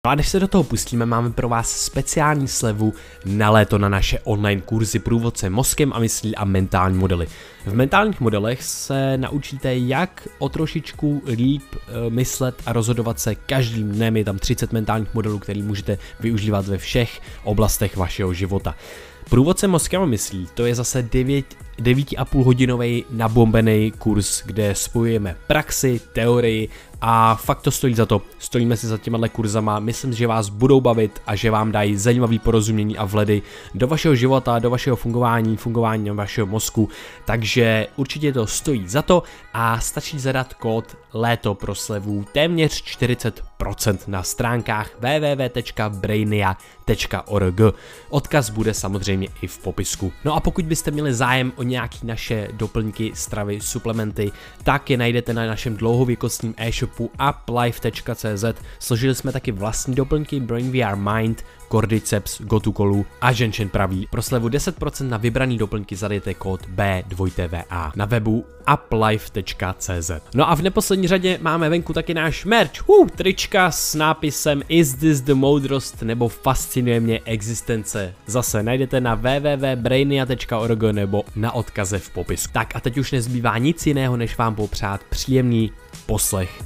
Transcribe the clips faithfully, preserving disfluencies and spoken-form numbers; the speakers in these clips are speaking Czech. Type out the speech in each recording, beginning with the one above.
No a než se do toho pustíme, máme pro vás speciální slevu na léto na naše online kurzy Průvodce mozkem a myslí a mentální modely. V mentálních modelech se naučíte, jak o trošičku líp e, myslet a rozhodovat se každým dnem. Je tam třicet mentálních modelů, který můžete využívat ve všech oblastech vašeho života. Průvodce mozkem a myslí, to je zase devět a půl hodinový nabombený kurz, kde spojujeme praxi, teorii a fakt to stojí za to. Stojíme si za těma kurzama, myslím, že vás budou bavit a že vám dají zajímavý porozumění a vhledy do vašeho života, do vašeho fungování, fungování vašeho mozku, takže určitě to stojí za to a stačí zadat kód léto pro slevu téměř čtyřicet procent na stránkách w w w tečka brainia tečka org. Odkaz bude samozřejmě i v popisku. No a pokud byste měli zájem o nějaký naše doplňky, stravy, suplementy, tak je najdete na našem dlouhověkostním e-shopu uplife tečka cz. Složili jsme taky vlastní doplňky Brain V R Mind, Cordyceps, Gotukolu a Ženšen pravý. Pro slevu deset procent na vybraný doplňky zadejte kód B dva V A na webu uplife tečka cz. No a v neposlední řadě máme venku taky náš merch, uh, trička s nápisem Is this the moudrost nebo Fascinuje mě existence. Zase najdete na w w w tečka brainia tečka org nebo na odkaze v popisku. Tak a teď už nezbývá nic jiného, než vám popřát příjemný poslech.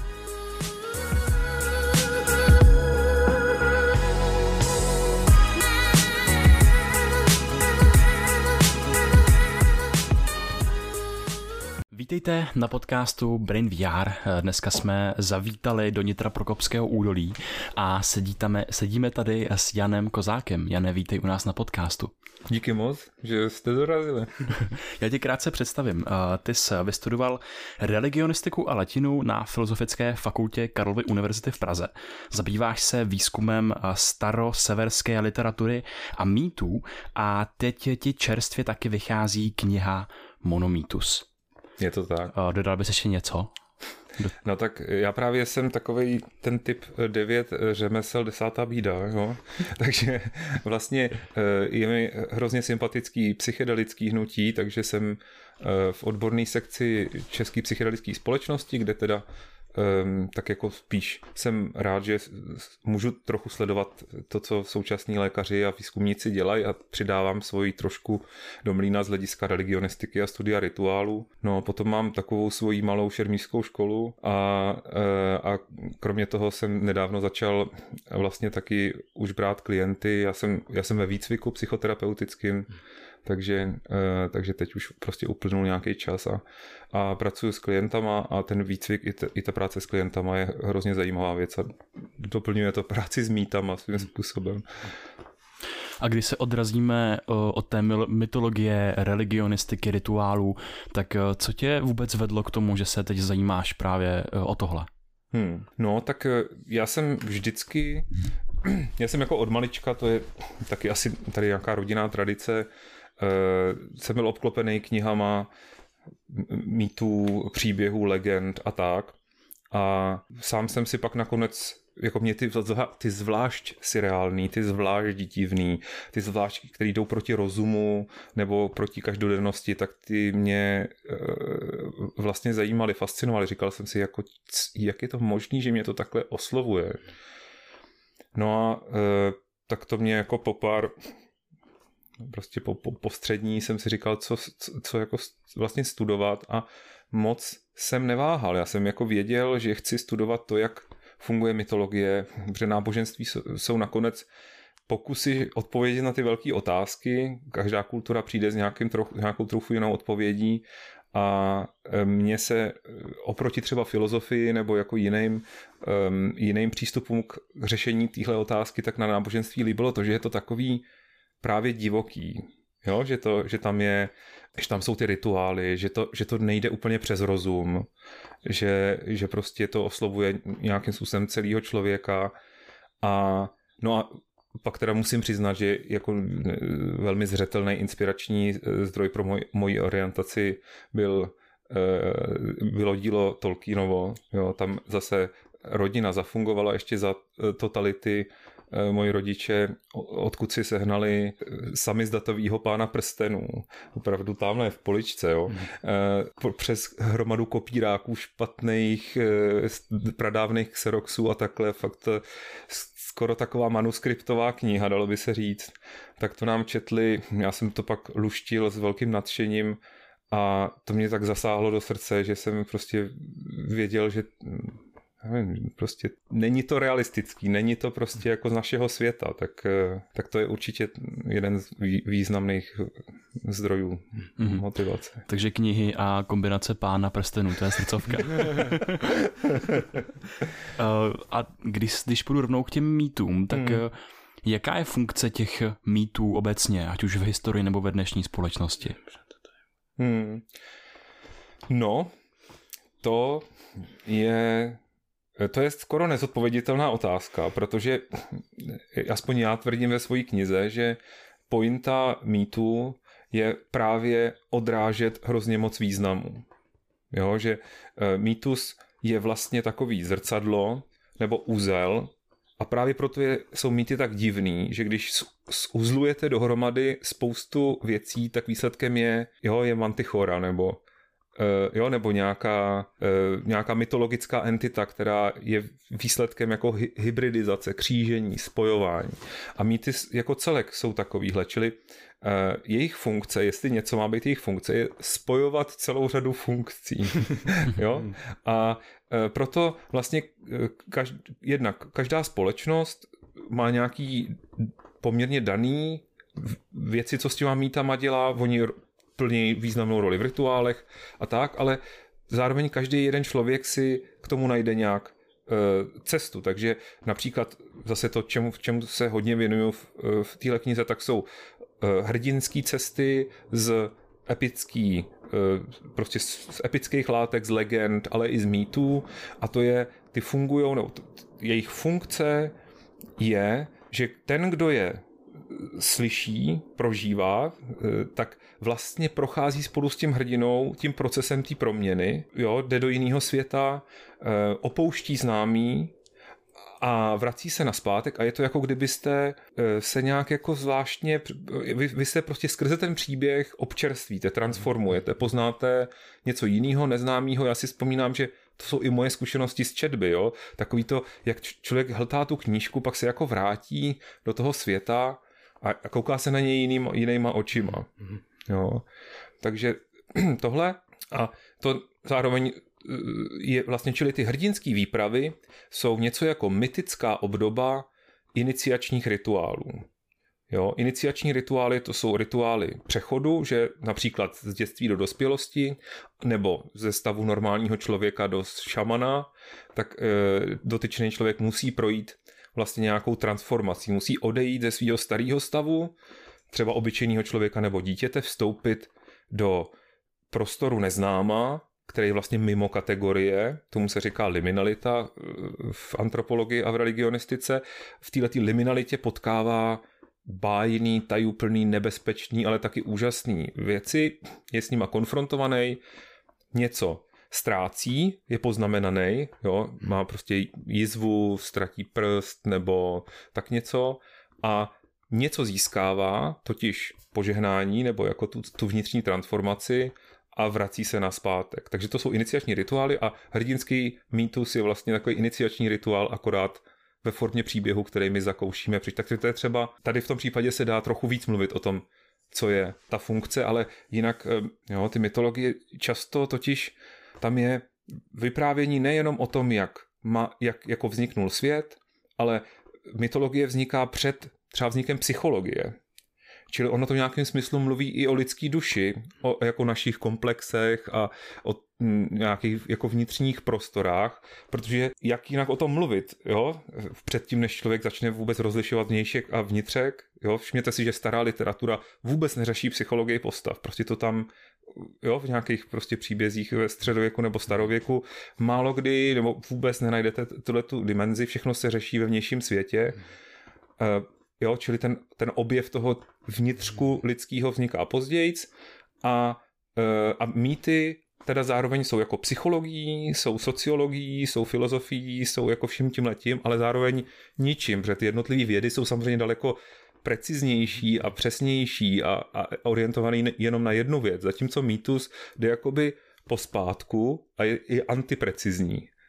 Vítejte na podcastu Brain V R. Dneska jsme zavítali do Nitra Prokopského údolí a sedítame, sedíme tady s Janem Kozákem. Jane, vítej u nás na podcastu. Díky moc, že jste dorazili. Já tě krátce představím. Ty jsi vystudoval religionistiku a latinu na Filozofické fakultě Karlovy univerzity v Praze. Zabýváš se výzkumem staroseverské literatury a mýtů a teď ti čerstvě taky vychází kniha Monomýtus. Je to tak. Dodal bys ještě něco? No tak já právě jsem takovej ten typ devět řemesel desátá bída, jo? Takže vlastně je mi hrozně sympatický psychedelický hnutí, takže jsem v odborné sekci České psychedelické společnosti, kde teda Um, tak jako spíš jsem rád, že můžu trochu sledovat to, co současní lékaři a výzkumníci dělají a přidávám svoji trošku do mlýna z hlediska religionistiky a studia rituálů. No potom mám takovou svoji malou šermířskou školu a, a kromě toho jsem nedávno začal vlastně taky už brát klienty. Já jsem, já jsem ve výcviku psychoterapeutickým, Takže, takže teď už prostě uplynul nějaký čas a, a pracuji s klientama a ten výcvik i, te, i ta práce s klientama je hrozně zajímavá věc a doplňuje to práci s mýtama svým způsobem. A když se odrazíme od té mytologie, religionistiky, rituálů, tak co tě vůbec vedlo k tomu, že se teď zajímáš právě o tohle? Hmm. No tak já jsem vždycky, já jsem jako od malička, to je taky asi tady nějaká rodinná tradice, Uh, jsem byl obklopený knihama mýtů, příběhů, legend a tak. A sám jsem si pak nakonec, jako mě ty, ty zvlášť surreální, ty zvlášť divný, ty zvlášť, které jdou proti rozumu nebo proti každodennosti, tak ty mě uh, vlastně zajímaly, fascinovaly. Říkal jsem si, jako, jak je to možné, že mě to takhle oslovuje. No a uh, tak to mě jako po pár... Prostě po, po, po střední jsem si říkal, co, co, co jako vlastně studovat a moc jsem neváhal. Já jsem jako věděl, že chci studovat to, jak funguje mytologie, protože náboženství jsou, jsou nakonec pokusy odpovědět na ty velké otázky. Každá kultura přijde s nějakým trochu, nějakou trochu jinou odpovědí a mně se oproti třeba filozofii nebo jako jiným, um, jiným přístupům k řešení téhle otázky, tak na náboženství líbilo to, že je to takový právě divoký, jo? Že, to, že tam je, že tam jsou ty rituály, že to, že to nejde úplně přes rozum, že, že prostě to oslovuje nějakým způsobem celého člověka a no a pak teda musím přiznat, že jako velmi zřetelný inspirační zdroj pro moj, moji orientaci byl, bylo dílo Tolkienovo, jo? Tam zase rodina zafungovala ještě za totality. Moji rodiče, odkud si sehnali samizdatovýho Pána prstenů. Opravdu tamhle v poličce, jo. Hmm. Přes hromadu kopíráků špatných, pradávných xeroxů a takhle fakt skoro taková manuskriptová kniha, dalo by se říct. Tak to nám četli, já jsem to pak luštil s velkým nadšením a to mě tak zasáhlo do srdce, že jsem prostě věděl, že nevím, prostě není to realistický, není to prostě jako z našeho světa, tak, tak to je určitě jeden z významných zdrojů mm-hmm. motivace. Takže knihy a kombinace Pána prstenů, to je srdcovka. A když, když půjdu rovnou k těm mýtům, tak hmm. jaká je funkce těch mýtů obecně, ať už v historii nebo ve dnešní společnosti? Hmm. No, to je... To je skoro nezodpověditelná otázka, protože aspoň já tvrdím ve své knize, že pointa mýtu je právě odrážet hrozně moc významů. Jo, že mýtus je vlastně takový zrcadlo nebo uzel a právě proto je, jsou mýty tak divný, že když uzlujete dohromady spoustu věcí, tak výsledkem je, jo, je mantichora nebo Uh, jo, nebo nějaká, uh, nějaká mytologická entita, která je výsledkem jako hy- hybridizace, křížení, spojování. A mýty jako celek jsou takovýhle, čili uh, jejich funkce, jestli něco má být jejich funkce, je spojovat celou řadu funkcí. Jo? A uh, proto vlastně každ- jednak každá společnost má nějaký poměrně daný věci, co s těma mýtama dělá, oni plní významnou roli v rituálech a tak, ale zároveň každý jeden člověk si k tomu najde nějak e, cestu. Takže například zase to, čemu, čemu se hodně věnuju v, v téhle knize, tak jsou e, hrdinské cesty z epický, e, prostě z, z epických látek, z legend, ale i z mýtů a to je, ty fungujou, nebo t, jejich funkce je, že ten, kdo je slyší, prožívá, tak vlastně prochází spolu s tím hrdinou tím procesem té proměny, jo, jde do jiného světa, opouští známý a vrací se naspátek a je to jako kdybyste se nějak jako zvláštně, vy, vy se prostě skrze ten příběh občerstvíte, transformujete, poznáte něco jiného, neznámého. Já si vzpomínám, že to jsou i moje zkušenosti z četby, jo, takový to, jak člověk hltá tu knížku, pak se jako vrátí do toho světa a kouká se na něj jinýma, jinýma očima. Jo. Takže tohle a to zároveň je vlastně, čili ty hrdinský výpravy jsou něco jako mytická obdoba iniciačních rituálů. Jo, iniciační rituály to jsou rituály přechodu, že například z dětství do dospělosti nebo ze stavu normálního člověka do šamana, tak e, dotyčný člověk musí projít vlastně nějakou transformací, musí odejít ze svého starého stavu, třeba obyčejného člověka nebo dítěte, vstoupit do prostoru neznáma, který je vlastně mimo kategorie, tomu se říká liminalita v antropologii a v religionistice. V této liminalitě potkává bájný, tajuplný, nebezpečný, ale taky úžasný věci, je s nima konfrontovaný, něco ztrácí, je poznamenaný, jo, má prostě jizvu, ztratí prst nebo tak něco a něco získává, totiž požehnání nebo jako tu, tu vnitřní transformaci a vrací se naspátek. Takže to jsou iniciační rituály a hrdinský mýtus je vlastně takový iniciační rituál, akorát ve formě příběhu, který my zakoušíme. Takže to je třeba, tady v tom případě se dá trochu víc mluvit o tom, co je ta funkce, ale jinak jo, ty mytologie často totiž tam je vyprávění nejenom o tom, jak, má, jak jako vzniknul svět, ale mytologie vzniká před třeba vznikem psychologie. Čili ono to v nějakém smyslu mluví i o lidský duši, o jako našich komplexech a o nějakých jako vnitřních prostorách, protože jak jinak o tom mluvit, jo? Předtím, než člověk začne vůbec rozlišovat vnějšek a vnitřek, jo? Všimněte si, že stará literatura vůbec neřeší psychologii postav, prostě to tam, jo, v nějakých prostě příbězích ve středověku nebo starověku málo kdy, nebo vůbec nenajdete tuhletu dimenzi, všechno se řeší ve vnějším světě. Hmm. Jo, čili ten, ten objev toho vnitřku lidskýho vzniká pozdějc a, a mýty teda zároveň jsou jako psychologií, jsou sociologií, jsou filozofií, jsou jako vším tímhletím, ale zároveň ničím, protože ty jednotlivé vědy jsou samozřejmě daleko preciznější a přesnější a, a orientovaný jenom na jednu věc, zatímco mýtus jde jakoby pospátku a je, je antiprecizní.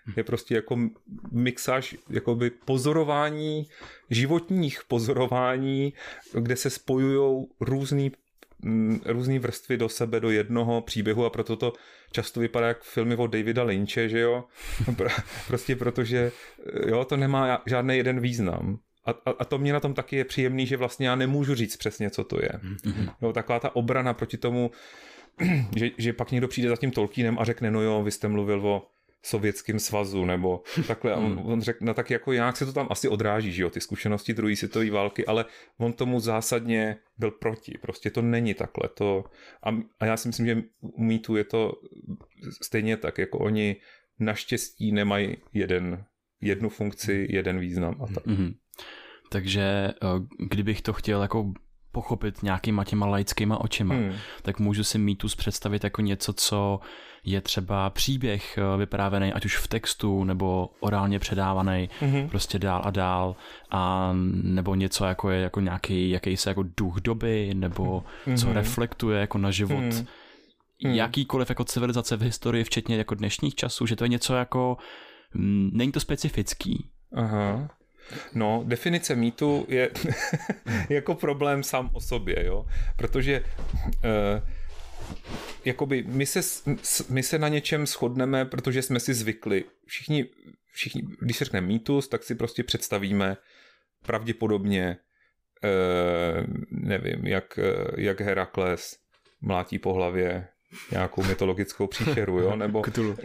je prostě jako mixáž jakoby pozorování, životních pozorování, kde se spojujou různý různý vrstvy do sebe, do jednoho příběhu a proto to často vypadá jak filmy od Davida Lynche, že jo? Prostě protože jo, to nemá žádný jeden význam. A, a, a to mě na tom taky je příjemný, že vlastně já nemůžu říct přesně, co to je. Mm-hmm. Jo, taková ta obrana proti tomu, že, že pak někdo přijde za tím Tolkienem a řekne, no jo, vy jste mluvil o Sovětském svazu, nebo takhle. A on, on řekne, no tak jako jak se to tam asi odráží, že jo, ty zkušenosti druhé světové války, ale on tomu zásadně byl proti. Prostě to není takhle. To, a, a já si myslím, že u mýtu je to stejně tak, jako oni naštěstí nemají jeden, jednu funkci, jeden význam a tak. Mm-hmm. Takže kdybych to chtěl jako pochopit nějakýma těma laickýma očima, hmm. tak můžu si mýtus představit jako něco, co je třeba příběh vyprávěný, ať už v textu, nebo orálně předávaný hmm. prostě dál a dál, a nebo něco jako je jako nějaký, jakýsi jako duch doby, nebo hmm. co reflektuje jako na život hmm. jakýkoliv jako civilizace v historii, včetně jako dnešních časů, že to je něco jako, není to specifický. Aha. No, definice mýtu je jako problém sám o sobě, jo, protože uh, jakoby my se, my se na něčem shodneme, protože jsme si zvykli. Všichni, všichni když se řekne mýtus, tak si prostě představíme pravděpodobně, uh, nevím, jak, jak Herakles mlátí po hlavě nějakou mytologickou příšeru, jo, nebo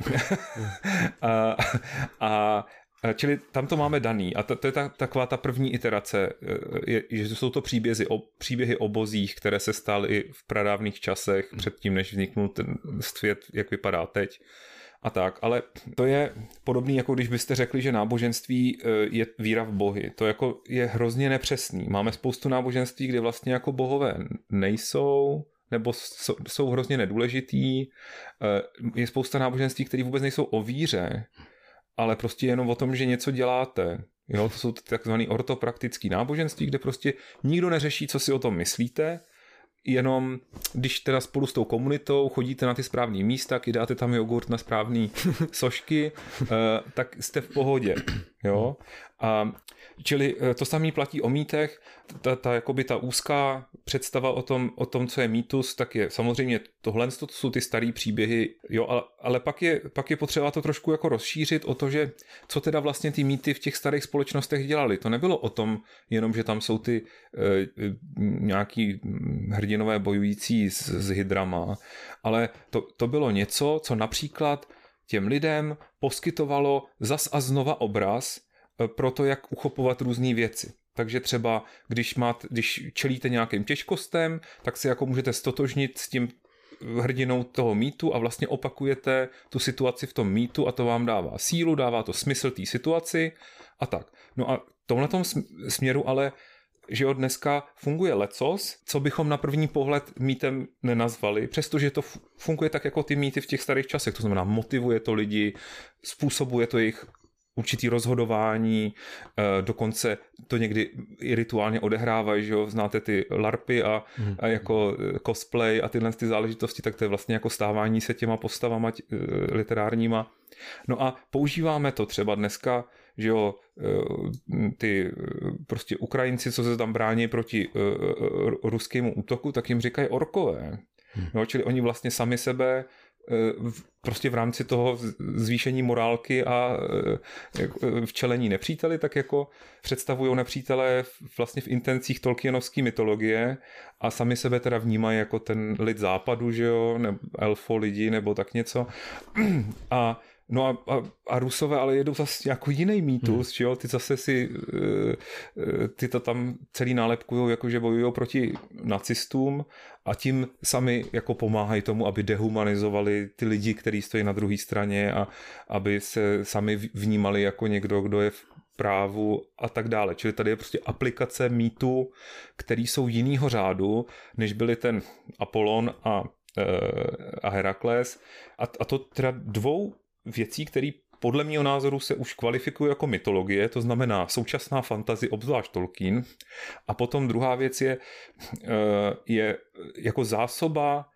a, a čili tam to máme daný a to, to je ta, taková ta první iterace, je, že jsou to příběhy o, příběhy o bozích, které se staly v pradávných časech předtím, než vzniknul ten svět, jak vypadá teď a tak, ale to je podobný, jako když byste řekli, že náboženství je víra v bohy. To jako je hrozně nepřesný. Máme spoustu náboženství, kde vlastně jako bohové nejsou, nebo jsou, jsou hrozně nedůležitý. Je spousta náboženství, které vůbec nejsou o víře, ale prostě jenom o tom, že něco děláte. Jo, to jsou takzvané ortopraktické náboženství, kde prostě nikdo neřeší, co si o tom myslíte, jenom když teda spolu s tou komunitou chodíte na ty správné místa, kydáte tam jogurt na správné sošky, tak jste v pohodě. Jo? A čili to samé platí o mýtech, ta, ta, jakoby ta úzká představa o tom, o tom, co je mýtus, tak je samozřejmě tohle, to jsou ty staré příběhy, jo, ale, ale pak, je, pak je potřeba to trošku jako rozšířit o to, že co teda vlastně ty mýty v těch starých společnostech dělali. To nebylo o tom jenom, že tam jsou ty e, nějaký hrdinové bojující s, s hydrama, ale to, to bylo něco, co například těm lidem poskytovalo zas a znova obraz pro to, jak uchopovat různé věci. Takže třeba, když, máte, když čelíte nějakým těžkostem, tak si jako můžete stotožnit s tím hrdinou toho mýtu a vlastně opakujete tu situaci v tom mýtu a to vám dává sílu, dává to smysl té situaci a tak. No a v tomhletom směru ale, že od dneska funguje lecos, co bychom na první pohled mýtem nenazvali, přestože to funguje tak jako ty mýty v těch starých časech, to znamená motivuje to lidi, způsobuje to jejich určitý rozhodování, dokonce to někdy i rituálně odehrávají, že jo, znáte ty larpy a, mm. a jako cosplay a tyhle ty záležitosti, tak to je vlastně jako stávání se těma postavama tě, literárníma. No a používáme to třeba dneska, že jo, ty prostě Ukrajinci, co se tam brání proti ruskému útoku, tak jim říkají orkové. Mm. No, čili oni vlastně sami sebe prostě v rámci toho zvýšení morálky a včelení nepříteli, tak jako představují nepřítele vlastně v intencích tolkienovské mytologie a sami sebe teda vnímají jako ten lid západu, že jo, nebo elfo lidi, nebo tak něco. A no a, a, a Rusové ale jedou zase jako jiný mýtus, hmm. že jo, ty zase si ty to tam celý nálepkujou, jakože bojují proti nacistům a tím sami jako pomáhají tomu, aby dehumanizovali ty lidi, kteří stojí na druhé straně a aby se sami vnímali jako někdo, kdo je v právu a tak dále. Čili tady je prostě aplikace mýtu, který jsou jinýho řádu, než byly ten Apollon a, a Herakles a, a to teda dvou věcí, které podle mého názoru se už kvalifikují jako mytologie, to znamená současná fantasy, obzvlášť Tolkien. A potom druhá věc je, je jako zásoba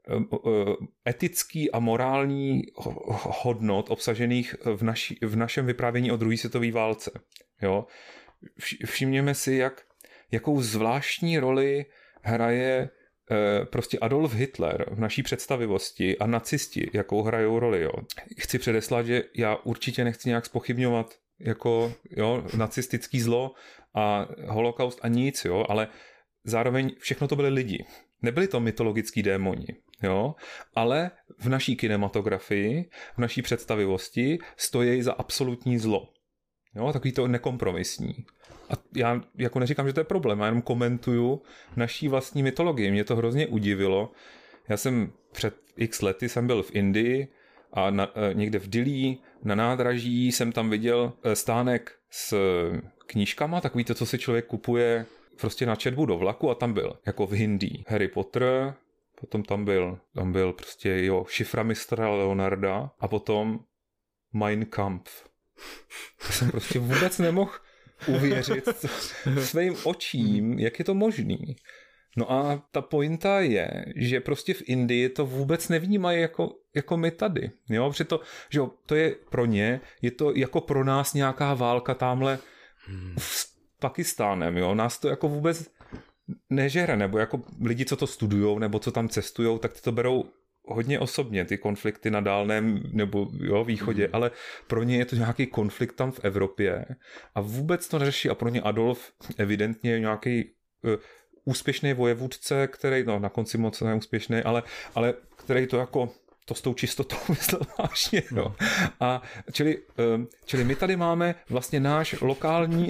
etický a morální hodnot obsažených v, naši, v našem vyprávění o druhé světové válce. Jo? Všimněme si, jak, jakou zvláštní roli hraje prostě Adolf Hitler v naší představivosti a nacisti, jakou hrajou roli. Jo. Chci předeslat, že já určitě nechci nějak zpochybňovat jako jo, nacistický zlo a holokaust a nic, jo, ale zároveň všechno to byly lidi. Nebyli to mytologický démoni, jo, ale v naší kinematografii, v naší představivosti stojí za absolutní zlo. Jo, takový to nekompromisní. A já jako neříkám, že to je problém, já jenom komentuju naší vlastní mytologii. Mě to hrozně udivilo. Já jsem před x lety jsem byl v Indii a na, někde v Dillí na nádraží jsem tam viděl stánek s knížkama, takový to, co si člověk kupuje prostě na četbu do vlaku a tam byl jako v Hindi Harry Potter, potom tam byl, tam byl prostě jo, šifra mistra Leonarda a potom Mein Kampf. Já jsem prostě vůbec nemohl uvěřit svým očím, jak je to možný. No a ta pointa je, že prostě v Indii to vůbec nevnímají jako, jako my tady. Jo? Protože to, že jo, to je pro ně, je to jako pro nás nějaká válka tamhle s Pakistánem. Jo? Nás to jako vůbec nežere, nebo jako lidi, co to studujou, nebo co tam cestujou, tak to berou hodně osobně, ty konflikty na Dálném nebo jo, východě, mm. ale pro ně je to nějaký konflikt tam v Evropě a vůbec to neřeší a pro ně Adolf evidentně je nějaký uh, úspěšný vojevůdce, který, no na konci moc neúspěšný, ale, ale který to jako to s tou čistotou myslel vážně. No. A čili, čili my tady máme vlastně náš lokální...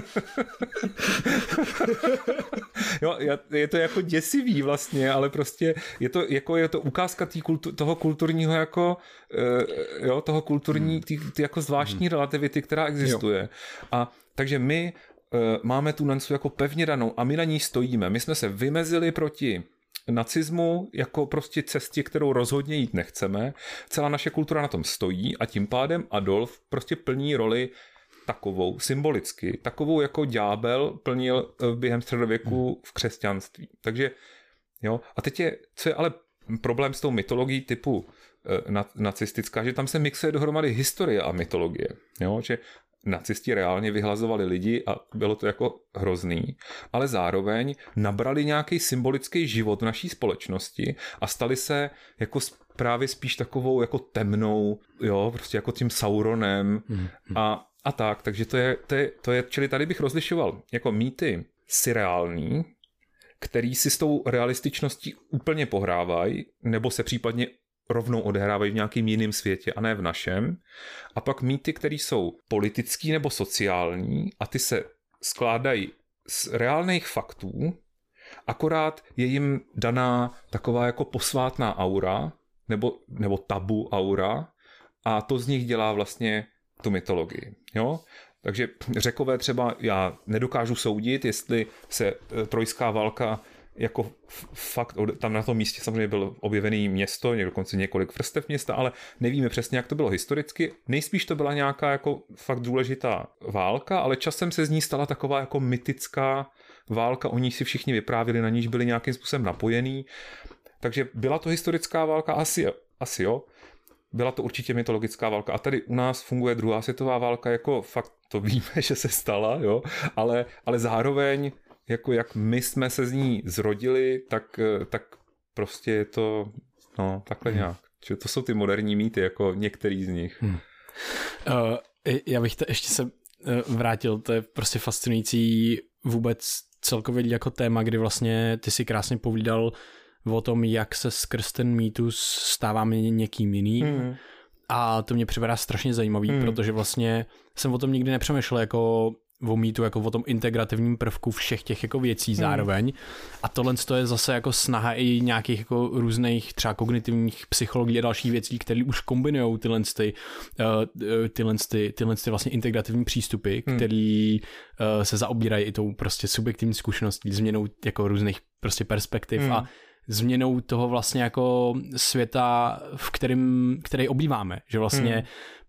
jo, je to jako děsivý vlastně, ale prostě je to, jako, je to ukázka tý kultu, toho kulturního jako jo, toho kulturní, tý, tý jako zvláštní relativity, která existuje. Jo. A takže my máme tu nancu jako pevně danou a my na ní stojíme. My jsme se vymezili proti nacismu jako prostě cestě, kterou rozhodně jít nechceme. Celá naše kultura na tom stojí a tím pádem Adolf prostě plní roli takovou symbolicky, takovou jako ďábel plnil během středověku v křesťanství. Takže jo, a teď je, co je ale problém s tou mytologií typu eh, nacistická, že tam se mixuje dohromady historie a mytologie. Jo, že nacisti reálně vyhlazovali lidi a bylo to jako hrozný, ale zároveň nabrali nějaký symbolický život v naší společnosti a stali se jako právě spíš takovou jako temnou, jo, prostě jako tím Sauronem mm. a, a tak, takže to je, to je, to je, čili tady bych rozlišoval jako mýty surreální, který si s tou realističností úplně pohrávají, nebo se případně rovnou odehrávají v nějakým jiném světě a ne v našem. A pak mýty, které jsou politický nebo sociální a ty se skládají z reálných faktů, akorát je jim daná taková jako posvátná aura nebo, nebo tabu aura a to z nich dělá vlastně tu mytologii. Jo? Takže Řekové třeba, já nedokážu soudit, jestli se trojská válka jako fakt, tam na tom místě samozřejmě bylo objevený město, dokonce několik vrstev města, ale nevíme přesně, jak to bylo historicky. Nejspíš to byla nějaká jako fakt důležitá válka, ale časem se z ní stala taková jako mytická válka, o ní si všichni vyprávěli, na níž byli nějakým způsobem napojení. Takže byla to historická válka? Asi, asi jo. Byla to určitě mytologická válka. A tady u nás funguje druhá světová válka, jako fakt to víme, že se stala, jo, ale, ale zároveň jako jak my jsme se z ní zrodili, tak, tak prostě je to no, takhle hmm. nějak. Čiže to jsou ty moderní mýty, jako některý z nich. Hmm. Uh, já bych to ještě se vrátil, to je prostě fascinující vůbec celkově jako téma, kdy vlastně ty si krásně povídal o tom, jak se skrz ten mýtus stáváme někým jiným. Hmm. A to mě připadá strašně zajímavý, hmm. protože vlastně jsem o tom nikdy nepřemýšlel jako o mýtu, jako o tom integrativním prvku všech těch jako věcí hmm. zároveň. A tohle je zase jako snaha i nějakých jako různých třeba kognitivních psychologií a dalších věcí, které už kombinují tyhle, ty, uh, tyhle, ty, tyhle ty vlastně integrativní přístupy, hmm. který uh, se zaobírají i tou prostě subjektivní zkušeností, změnou jako různých prostě perspektiv hmm. a změnou toho vlastně jako světa, v kterým, který obýváme, že vlastně hmm.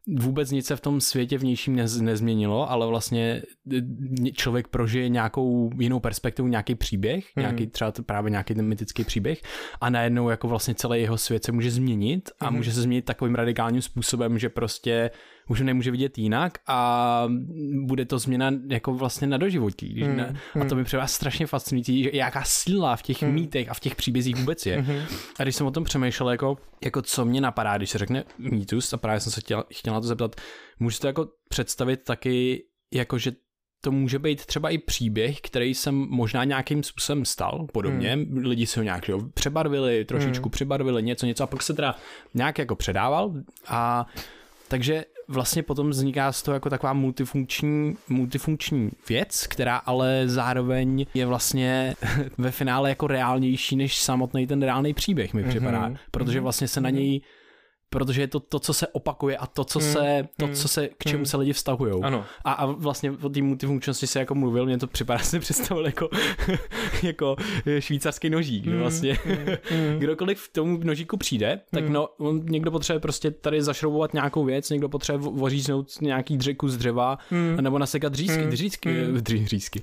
vůbec nic se v tom světě vnějším nez, nezměnilo, ale vlastně člověk prožije nějakou jinou perspektivu, nějaký příběh, mm. nějaký třeba právě nějaký ten mytický příběh a najednou jako vlastně celý jeho svět se může změnit a mm. může se změnit takovým radikálním způsobem, že prostě už nemůže vidět jinak a bude to změna jako vlastně na doživotí. Mm. Ne? A to mi přijde strašně fascinující, že jaká síla v těch mm. mýtech a v těch příbězích vůbec je. Mm. A když jsem o tom přemýšlel, jako, jako co mě napadá, když se řekne mýtus, a právě jsem se chtěl, chtěl na to zeptat, můžete to jako představit taky, jako že to může být třeba i příběh, který se možná nějakým způsobem stal, podobně, hmm. lidi se ho nějak jo, přebarvili, trošičku hmm. přebarvili, něco, něco a pak se teda nějak jako předával a takže vlastně potom vzniká z toho jako taková multifunkční, multifunkční věc, která ale zároveň je vlastně ve finále jako reálnější než samotný ten reálný příběh mi připadá, mm-hmm. protože vlastně se na něj protože je to to, co se opakuje a to, co se, to, co se k čemu se lidi vztahujou. Ano. A, a vlastně o té multifunkčnosti se jako mluvil, mě to připadá, si představil jako, jako švýcarský nožík. Mm, vlastně mm, kdokoliv k tomu nožíku přijde, tak mm. no, on, někdo potřebuje prostě tady zašroubovat nějakou věc, někdo potřebuje oříznout nějaký dřeku z dřeva, mm. nebo nasekat dřísky, mm. dřísky, mm. dřísky.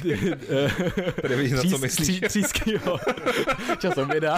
Tady vidíš, na co myslíš. Třísky, jo. Čas oběda.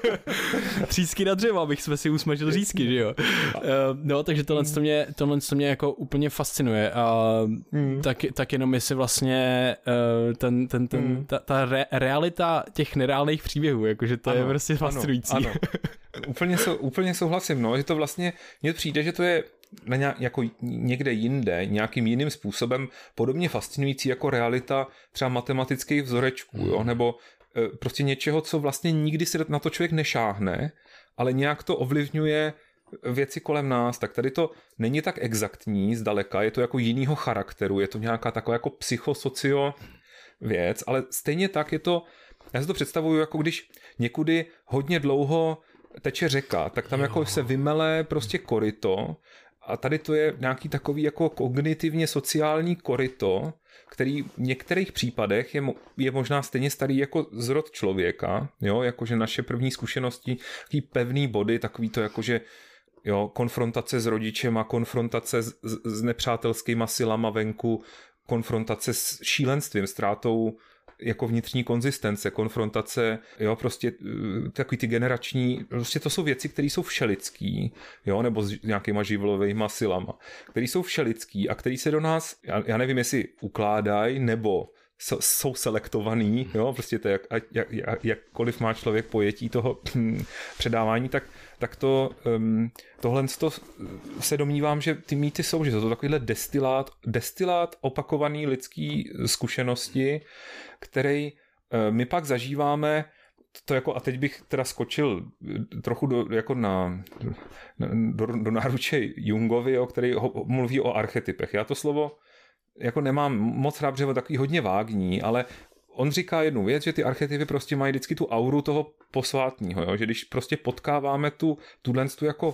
Třísky na dřevo, abych jsme si usmažil dřísky. Že jo. Uh, no, takže tohle to mě, tohle to mě jako úplně fascinuje a mm. tak, tak jenom jestli vlastně uh, ten, ten, ten, mm. ta, ta re, realita těch nereálných příběhů, jakože to ano, je prostě fascinující. Ano, ano. úplně, sou, úplně souhlasím, no, že to vlastně mně přijde, že to je na nějak, jako někde jinde, nějakým jiným způsobem podobně fascinující jako realita třeba matematických vzorečků, jo, nebo uh, prostě něčeho, co vlastně nikdy se na to člověk nešáhne, ale nějak to ovlivňuje věci kolem nás, tak tady to není tak exaktní zdaleka, je to jako jinýho charakteru, je to nějaká taková jako psychosocio věc, ale stejně tak je to, já si to představuju jako když někudy hodně dlouho teče řeka, tak tam jo. jako se vymele prostě koryto a tady to je nějaký takový jako kognitivně sociální koryto, který v některých případech je, je možná stejně starý jako zrod člověka, jo, jakože naše první zkušenosti, takový pevný body, takový to jakože jo, konfrontace s rodičema, konfrontace s, s nepřátelskýma silama venku, konfrontace s šílenstvím, ztrátou jako vnitřní konzistence, konfrontace, jo, prostě takový ty generační, prostě to jsou věci, které jsou všelidský, jo, nebo s nějakýma živlovejma silama, které jsou všelidský a které se do nás, já, já nevím, jestli ukládají, nebo jsou selektovaný, jo, prostě to jak, jak, jak, jakkoliv má člověk pojetí toho předávání, tak, tak to um, tohle to se domnívám, že ty mýty jsou, že to je takovýhle destilát, destilát opakovaný lidský zkušenosti, který uh, my pak zažíváme to jako, a teď bych teda skočil trochu do, jako na, do, do náruče Jungovi, jo, který ho, mluví o archetypech. Já to slovo jako nemám moc rád, že je takový hodně vágní, ale on říká jednu věc, že ty archetypy prostě mají vždycky tu auru toho posvátního, jo? Že když prostě potkáváme tu, tuhle tu jako,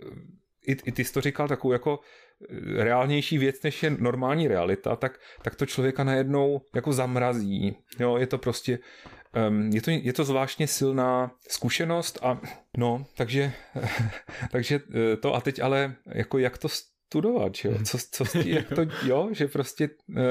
i, i ty jsi to říkal, takovou jako reálnější věc, než je normální realita, tak, tak to člověka najednou jako zamrazí. Jo? Je to prostě, um, je to, je to zvláštně silná zkušenost a no, takže, takže to a teď ale jako jak to studovat, jo? Co, co jak to, jo, že prostě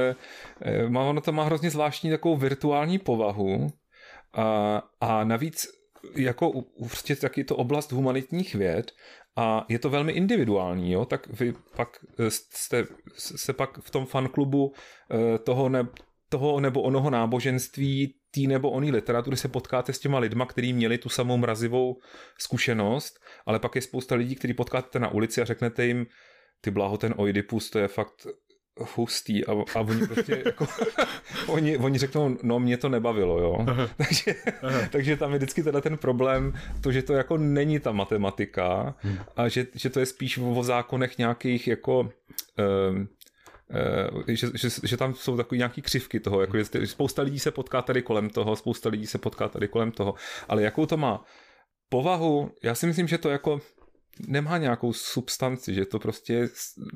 e, má, ono to má hrozně zvláštní takovou virtuální povahu a, a navíc jako prostě taky to oblast humanitních věd a je to velmi individuální, jo, tak vy pak jste se pak v tom fanklubu toho, ne, toho nebo onoho náboženství, tý nebo oný literatury se potkáte s těma lidma, kteří měli tu samou mrazivou zkušenost, ale pak je spousta lidí, kteří potkáte na ulici a řeknete jim, ty bláho, ten Oidipus, to je fakt hustý a, a oni prostě jako, oni, oni řeknou, no mě to nebavilo, jo. Aha. Takže, Aha. takže tam je vždycky tenhle ten problém, to, že to jako není ta matematika hmm. a že, že to je spíš o zákonech nějakých jako uh, uh, že, že, že tam jsou takový nějaký křivky toho, jako, že spousta lidí se potká tady kolem toho, spousta lidí se potká tady kolem toho, ale jakou to má povahu, já si myslím, že to jako nemá nějakou substanci, že to prostě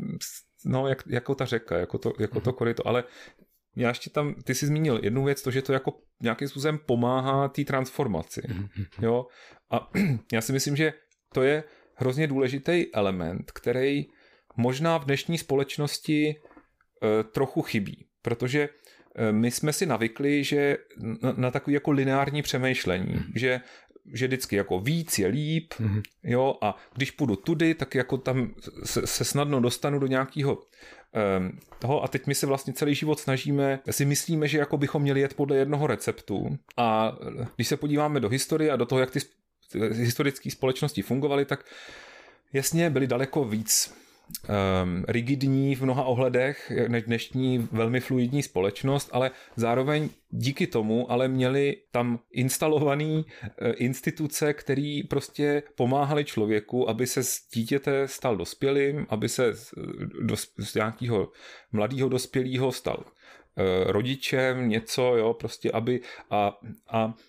no, jak, jako ta řeka, jako to, jako to koryto, ale já ještě tam, ty jsi zmínil jednu věc, to, že to jako nějakým způsobem pomáhá té transformaci, jo, a já si myslím, že to je hrozně důležitý element, který možná v dnešní společnosti trochu chybí, protože my jsme si navykli, že na, na takový jako lineární přemýšlení, mm. že, že vždycky jako víc je líp, mm. jo, a když půjdu tudy, tak jako tam se, se snadno dostanu do nějakého um, toho a teď my se vlastně celý život snažíme, si myslíme, že jako bychom měli jet podle jednoho receptu a když se podíváme do historie a do toho, jak ty historické společnosti fungovaly, tak jasně byly daleko víc Um, rigidní v mnoha ohledech než dnešní velmi fluidní společnost, ale zároveň díky tomu ale měli tam instalovaný uh, instituce, které prostě pomáhaly člověku, aby se z dítěte stal dospělým, aby se z, do, z nějakého mladého dospělého stal uh, rodičem, něco, jo, prostě aby a, a, uh,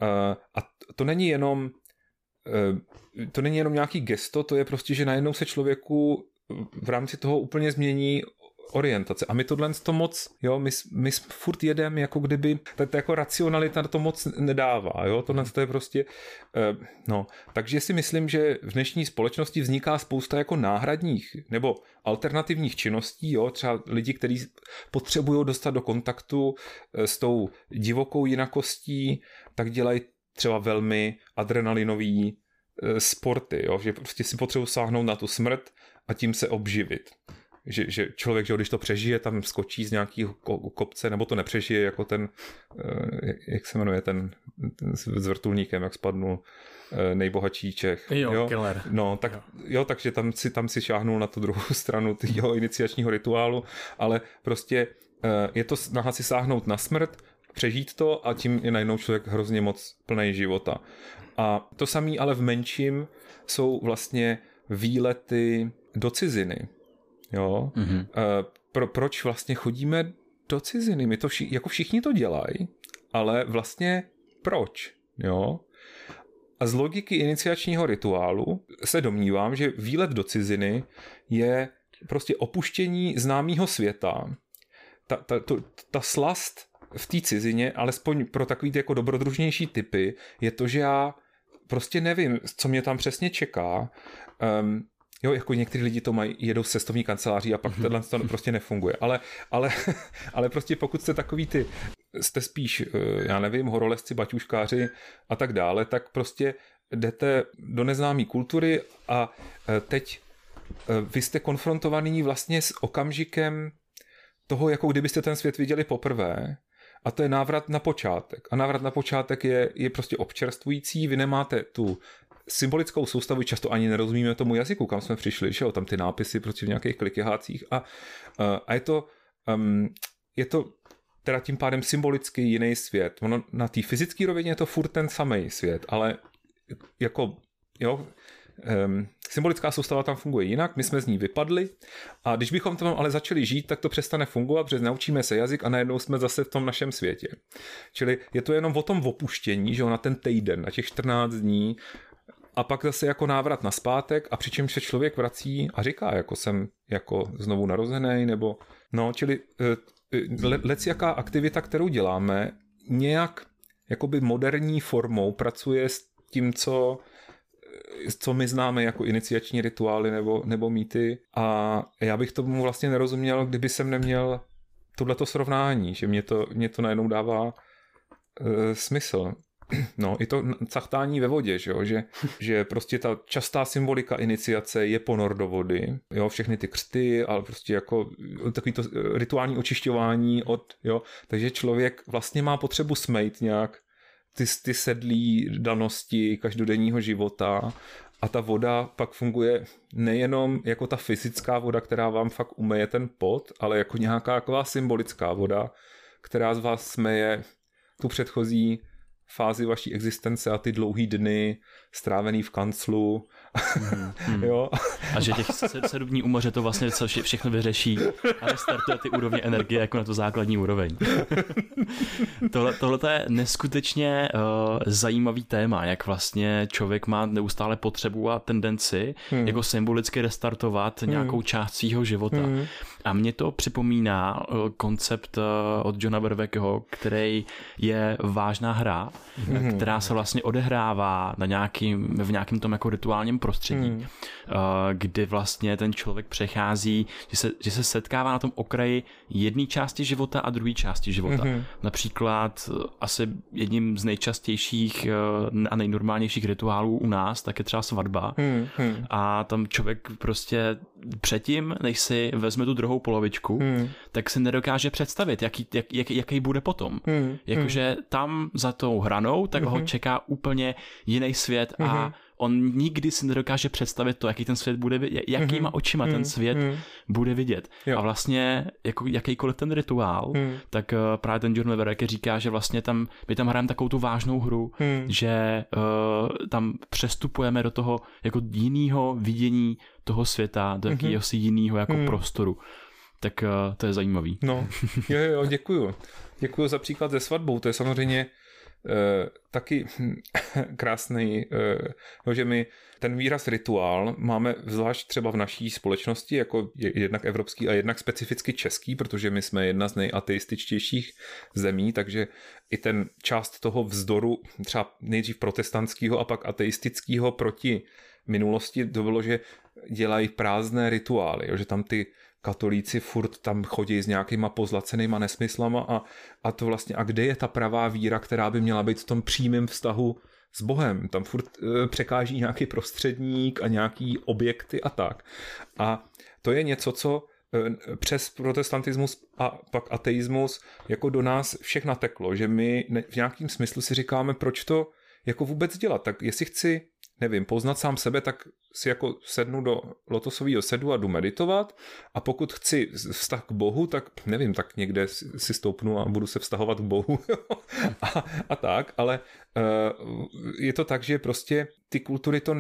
a to není jenom uh, to není jenom nějaký gesto, to je prostě, že najednou se člověku v rámci toho úplně změní orientace. A my tohle to moc, jo, my, my furt jedeme, jako kdyby, ta jako racionalita to moc nedává, jo, tohle to je prostě, uh, no, takže si myslím, že v dnešní společnosti vzniká spousta jako náhradních nebo alternativních činností, jo, třeba lidi, kteří potřebují dostat do kontaktu s tou divokou jinakostí, tak dělají třeba velmi adrenalinový sporty, jo, že prostě si potřebují sáhnout na tu smrt a tím se obživit. Že, že člověk, že když to přežije, tam skočí z nějakého kopce, nebo to nepřežije, jako ten, jak se jmenuje, ten, ten s vrtulníkem, jak spadnul nejbohatší Čech. Jo, jo? Killer. No, tak, jo. jo, takže tam si, tam si šáhnul na tu druhou stranu jeho iniciačního rituálu, ale prostě je to snaha si sáhnout na smrt, přežít to a tím je najednou člověk hrozně moc plný života. A to samé ale v menším jsou vlastně výlety do ciziny. Jo? Mm-hmm. Pro, proč vlastně chodíme do ciziny? My to vši, jako všichni to dělají, ale vlastně proč? Jo? A z logiky iniciačního rituálu se domnívám, že výlet do ciziny je prostě opuštění známého světa. Ta, ta, to, ta slast v té cizině, alespoň pro takový ty jako dobrodružnější typy, je to, že já prostě nevím, co mě tam přesně čeká. Um, jo, jako někteří lidi to mají, jedou z cestovní kanceláří a pak tohle to prostě nefunguje. Ale, ale, ale prostě pokud jste takový ty, jste spíš, já nevím, horolezci, baťuškáři a tak dále, tak prostě jdete do neznámé kultury a teď vy jste konfrontovaní vlastně s okamžikem toho, jako kdybyste ten svět viděli poprvé. A to je návrat na počátek. A návrat na počátek je, je prostě občerstvující. Vy nemáte tu symbolickou soustavu, často ani nerozumíme tomu jazyku, kam jsme přišli, že jo, tam ty nápisy prostě v nějakých klikyhácích. A, a je to, um, je to teda tím pádem symbolicky jiný svět. Ono na té fyzické rovině je to furt ten samý svět, ale jako, jo, Um, symbolická soustava tam funguje jinak, my jsme z ní vypadli a když bychom tam ale začali žít, tak to přestane fungovat, protože naučíme se jazyk a najednou jsme zase v tom našem světě. Čili je to jenom o tom opuštění, že jo, na ten týden, na těch čtrnáct dní a pak zase jako návrat na zpátek a přičemž se člověk vrací a říká, jako jsem jako znovu narozený, nebo no, čili le, lecjaká aktivita, kterou děláme, nějak jakoby moderní formou pracuje s tím, co co my známe jako iniciační rituály nebo, nebo mýty a já bych tomu vlastně nerozuměl, kdyby jsem neměl tohleto srovnání, že mě to, mě to najednou dává e, smysl. No, i to cachtání ve vodě, že, jo? Že, že prostě ta častá symbolika iniciace je ponor do vody, jo? Všechny ty křty, ale prostě jako takový to rituální očišťování od, jo? Takže člověk vlastně má potřebu smejt nějak ty, ty sedlý danosti každodenního života a ta voda pak funguje nejenom jako ta fyzická voda, která vám fakt umeje ten pot, ale jako nějaká taková symbolická voda, která z vás smeje tu předchozí fázi vaší existence a ty dlouhý dny strávený v kanclu. Mm, jo. A že těch sedm dní u moře to vlastně všechno vyřeší a restartuje ty úrovně energie jako na to základní úroveň. Tohle, tohle je neskutečně uh, zajímavý téma, jak vlastně člověk má neustále potřebu a tendenci mm. jako symbolicky restartovat mm. nějakou část svýho života. Mm. A mě to připomíná koncept od Johna Verweckeho, který je vážná hra, mm. která se vlastně odehrává na nějakým, v nějakém tom jako rituálním prostředí, mm. kdy vlastně ten člověk přechází, že se, že se setkává na tom okraji jedné části života a druhé části života. Mm. Například asi jedním z nejčastějších a nejnormálnějších rituálů u nás tak je třeba svatba. Mm. A tam člověk prostě předtím, než si vezme tu druhou polovičku, hmm. tak se nedokáže představit, jaký, jak, jak, jaký bude potom. Hmm. Jakože tam za tou hranou, tak hmm. ho čeká úplně jiný svět hmm. a on nikdy si nedokáže představit to, jaký ten svět bude vidět, jakýma hmm. očima hmm. ten svět hmm. bude vidět. Jo. A vlastně jako jakýkoliv ten rituál, hmm. tak uh, právě ten John Verwecke říká, že vlastně tam, my tam hrajeme takovou tu vážnou hru, hmm. že uh, tam přestupujeme do toho jako jinýho vidění toho světa, do mm-hmm. jakéhosi jinýho jako mm. prostoru. Tak uh, to je zajímavý. No, jo, jo, děkuju. Děkuju za příklad se svatbou. To je samozřejmě uh, taky krásný, uh, no, že my ten výraz rituál máme zvlášť třeba v naší společnosti, jako jednak evropský a jednak specificky český, protože my jsme jedna z nejateističtějších zemí, takže i ten část toho vzdoru, třeba nejdřív protestantského a pak ateistického proti minulosti, to bylo, že dělají prázdné rituály, jo, že tam ty katolíci furt tam chodí s nějakýma pozlacenýma nesmyslama a, a to vlastně, a kde je ta pravá víra, která by měla být v tom přímém vztahu s Bohem? Tam furt e, překáží nějaký prostředník a nějaký objekty a tak. A to je něco, co e, přes protestantismus a pak ateismus jako do nás všech nateklo, že my ne, v nějakým smyslu si říkáme, proč to jako vůbec dělat. Tak jestli chci nevím, poznat sám sebe, tak si jako sednu do lotosového sedu a jdu meditovat a pokud chci vztah k Bohu, tak nevím, tak někde si stoupnu a budu se vztahovat k Bohu a, a tak, ale uh, je to tak, že prostě ty kultury to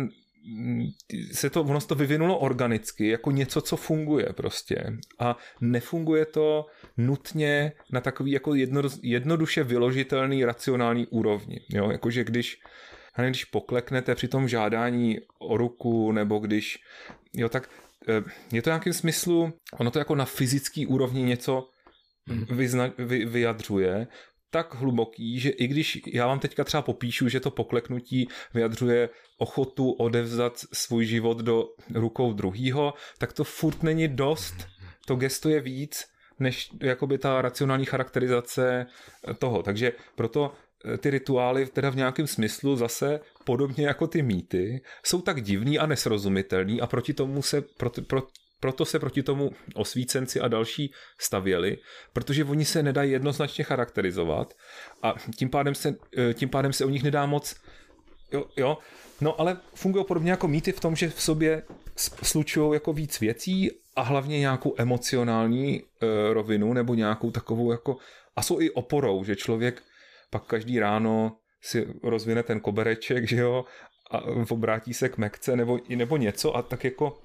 se to, ono se to vyvinulo organicky, jako něco, co funguje prostě a nefunguje to nutně na takový jako jedno, jednoduše vyložitelný racionální úrovni, jo, jakože když A když pokleknete při tom žádání o ruku, nebo když, jo, tak je to v nějakém smyslu, ono to jako na fyzický úrovni něco vyzna, vy, vyjadřuje, tak hluboký, že i když já vám teďka třeba popíšu, že to pokleknutí vyjadřuje ochotu odevzdat svůj život do rukou druhýho, tak to furt není dost, to gesto je víc, než jakoby ta racionální charakterizace toho, takže proto ty rituály teda v nějakém smyslu zase podobně jako ty mýty jsou tak divný a nesrozumitelný a proti tomu se, proto, pro, proto se proti tomu osvícenci a další stavěli, protože oni se nedají jednoznačně charakterizovat a tím pádem se, tím pádem se o nich nedá moc jo, jo. No ale fungují podobně jako mýty v tom, že v sobě slučují jako víc věcí a hlavně nějakou emocionální uh, rovinu nebo nějakou takovou jako a jsou i oporou, že člověk pak každý ráno si rozvine ten kobereček, že jo, a obrátí se k Mekce nebo, nebo něco a tak jako,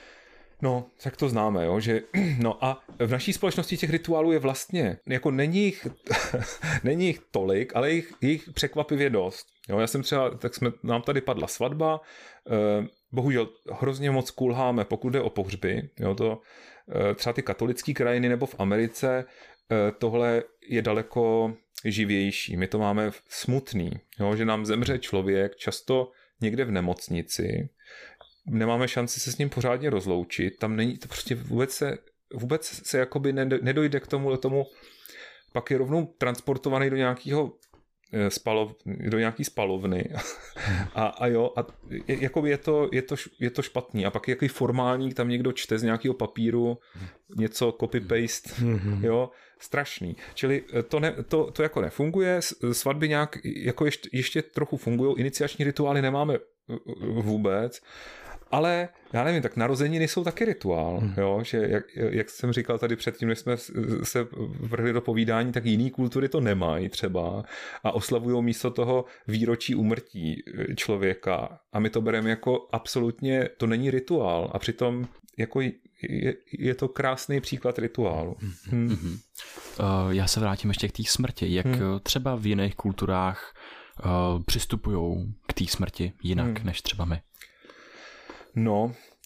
no, tak to známe, jo, že, no a v naší společnosti těch rituálů je vlastně, jako není jich, není jich tolik, ale jich, jich překvapivě dost, jo, já jsem třeba, tak jsme, nám tady padla svatba, eh, bohužel hrozně moc kulháme, pokud jde o pohřby, jo, to eh, třeba ty katolické krajiny nebo v Americe, eh, tohle je daleko živější. My to máme smutný, jo, že nám zemře člověk často někde v nemocnici, nemáme šanci se s ním pořádně rozloučit, tam není to prostě vůbec se, vůbec se jakoby nedojde k tomu, tomu pak je rovnou transportovaný do nějakého spalov, do nějaký spalovny a, a jo, a jakoby je to, je, to, je to špatný a pak jaký formální, tam někdo čte z nějakého papíru něco copy-paste, jo, strašný. Čili to, ne, to, to jako nefunguje, svatby nějak jako ještě, ještě trochu fungují, iniciační rituály nemáme vůbec, ale já nevím, tak narozeniny jsou taky rituál, hmm. jo, že jak, jak jsem říkal tady předtím, než jsme se vrhli do povídání, tak jiný kultury to nemají třeba a oslavujou místo toho výročí úmrtí člověka a my to bereme jako absolutně, to není rituál a přitom jako je, je to krásný příklad rituálu. Hmm. Hmm. Uh, já se vrátím ještě k té smrti, jak hmm. třeba v jiných kulturách uh, přistupují k té smrti jinak, hmm. než třeba my. No,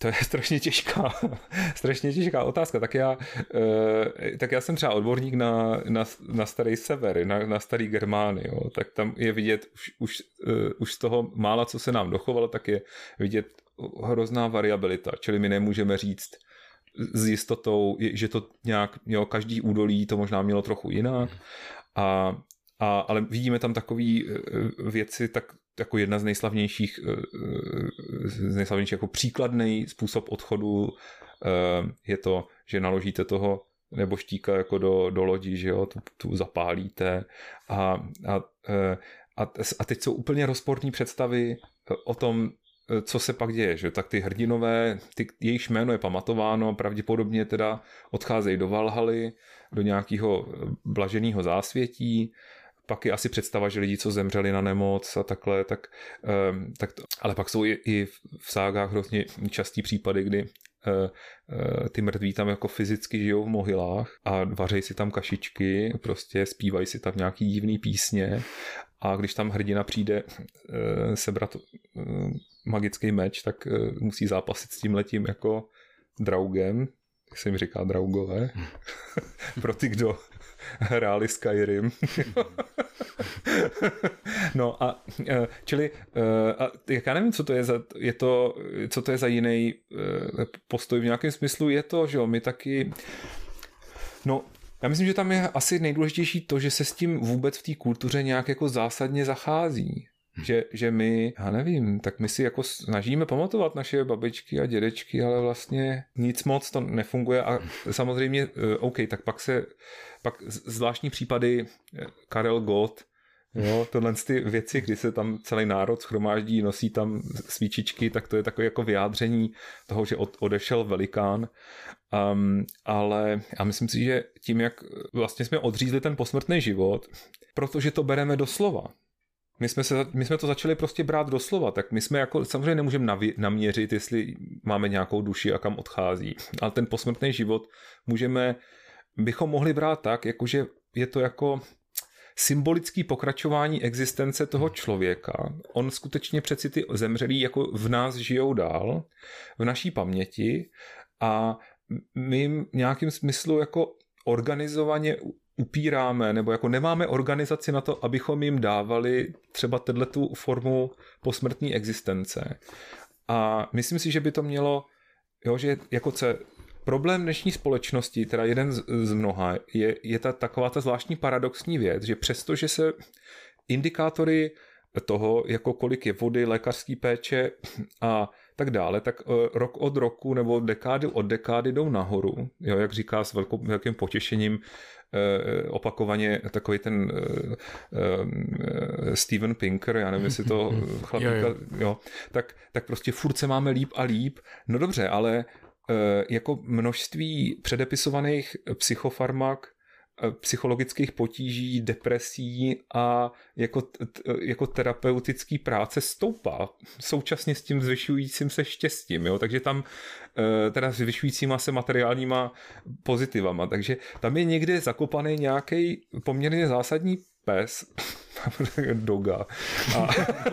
To je strašně těžká, strašně těžká otázka. Tak já, tak já jsem třeba odborník na, na, na starý sever, na, na starý Germány, jo. Tak tam je vidět už, už, už z toho mála, co se nám dochovalo, tak je vidět hrozná variabilita, čili my nemůžeme říct s jistotou, že to nějak, jo, každý údolí to možná mělo trochu jinak, a, a, ale vidíme tam takové věci, tak jako jedna z nejslavnějších, z nejslavnějších jako příkladný způsob odchodu je to, že naložíte toho neboštíka jako do, do lodi, že jo, tu, tu zapálíte a, a, a, a teď jsou úplně rozporní představy o tom, co se pak děje, že tak ty hrdinové, ty, jejich jméno je pamatováno, pravděpodobně teda odcházejí do Valhaly, do nějakého blaženého zásvětí, pak je asi představa, že lidi, co zemřeli na nemoc a takhle, tak, um, tak to, ale pak jsou i, i v ságách hrozně častý případy, kdy uh, uh, ty mrtví tam jako fyzicky žijou v mohylách a vařejí si tam kašičky, prostě zpívají si tam nějaký divný písně, a když tam hrdina přijde uh, sebrat uh, magický meč, tak uh, musí zápasit s tímhletím jako draugem, jak se jim říká draugové, pro ty, kdo hráli Skyrim. No a čili a já nevím, co to je za, je to, co to je za jiný postoj v nějakém smyslu, je to, že jo, my taky, no já myslím, že tam je asi nejdůležitější to, že se s tím vůbec v té kultuře nějak jako zásadně zachází. Že, že my, já nevím, tak my si jako snažíme pamatovat naše babičky a dědečky, ale vlastně nic moc to nefunguje a samozřejmě, OK, tak pak se, pak zvláštní případy Karel Gott, jo, tohle ty věci, kdy se tam celý národ shromáždí, nosí tam svíčičky, tak to je takové jako vyjádření toho, že od, odešel velikán, um, ale já myslím si, že tím, jak vlastně jsme odřízli ten posmrtný život, protože to bereme doslova. My jsme, se, my jsme to začali prostě brát doslova, tak my jsme jako samozřejmě nemůžeme navi, naměřit, jestli máme nějakou duši a kam odchází, ale ten posmrtný život můžeme, bychom mohli brát tak, jakože je to jako symbolický pokračování existence toho člověka. On skutečně přeci ty zemřelí jako v nás žijou dál, v naší paměti a my jim nějakým smyslu jako organizovaně upíráme, nebo jako nemáme organizaci na to, abychom jim dávali třeba tu formu posmrtní existence. A myslím si, že by to mělo, jo, že jako co, problém dnešní společnosti, teda jeden z, z mnoha, je, je ta taková ta zvláštní paradoxní věc, že přestože se indikátory toho, jako kolik je vody, lékařské péče a tak dále, tak rok od roku nebo dekády od dekády jdou nahoru. Jo, jak říká s velkou, velkým potěšením eh, opakovaně takový ten eh, eh, Steven Pinker, já nevím, jestli to chlapíka, jo, jo. Jo, tak, tak prostě furt se máme líp a líp. No dobře, ale eh, jako množství předepisovaných psychofarmak, psychologických potíží, depresí a jako, jako terapeutický práce stoupá současně s tím zvyšujícím se štěstím, jo? Takže tam teda zvyšujícíma se materiálníma pozitivama, takže tam je někde zakopaný nějaký poměrně zásadní pes, doga. A,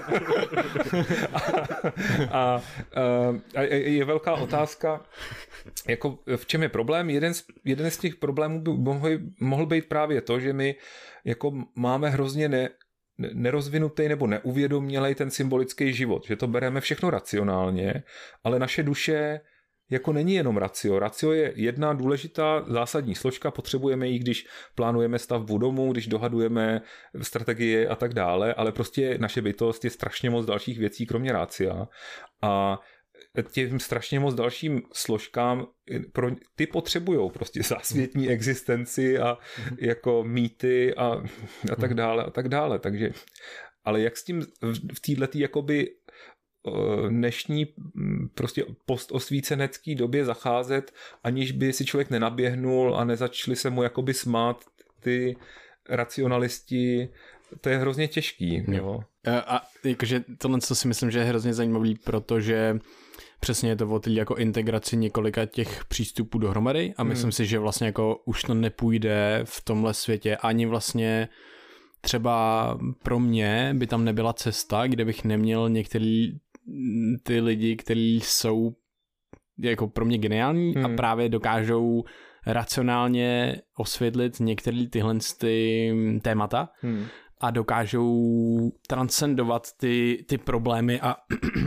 a, a, a je velká otázka, jako v čem je problém? Jeden z, jeden z těch problémů by mohl, mohl být právě to, že my jako máme hrozně ne, nerozvinutý nebo neuvědomělej ten symbolický život, že to bereme všechno racionálně, ale naše duše jako není jenom racio. Racio je jedna důležitá zásadní složka, potřebujeme ji, když plánujeme stavbu domu, když dohadujeme strategie a tak dále, ale prostě naše bytost je strašně moc dalších věcí, kromě racia. A těm strašně moc dalším složkám pro, ty potřebujou prostě zásvětní existenci a jako mýty a, a tak dále a tak dále. Takže, ale jak s tím v této jakoby dnešní prostě postosvícenecký době zacházet, aniž by si člověk nenaběhnul a nezačali se mu jakoby smát ty racionalisti, to je hrozně těžký. Jo. A jakože tohle, co si myslím, že je hrozně zajímavý, protože přesně je to o té jako integraci několika těch přístupů dohromady a myslím hmm. si, že vlastně jako už to nepůjde v tomhle světě ani vlastně třeba pro mě by tam nebyla cesta, kde bych neměl některý ty lidi, kteří jsou jako pro mě geniální hmm. a právě dokážou racionálně osvětlit některé tyhle ty témata hmm. a dokážou transcendovat ty, ty problémy a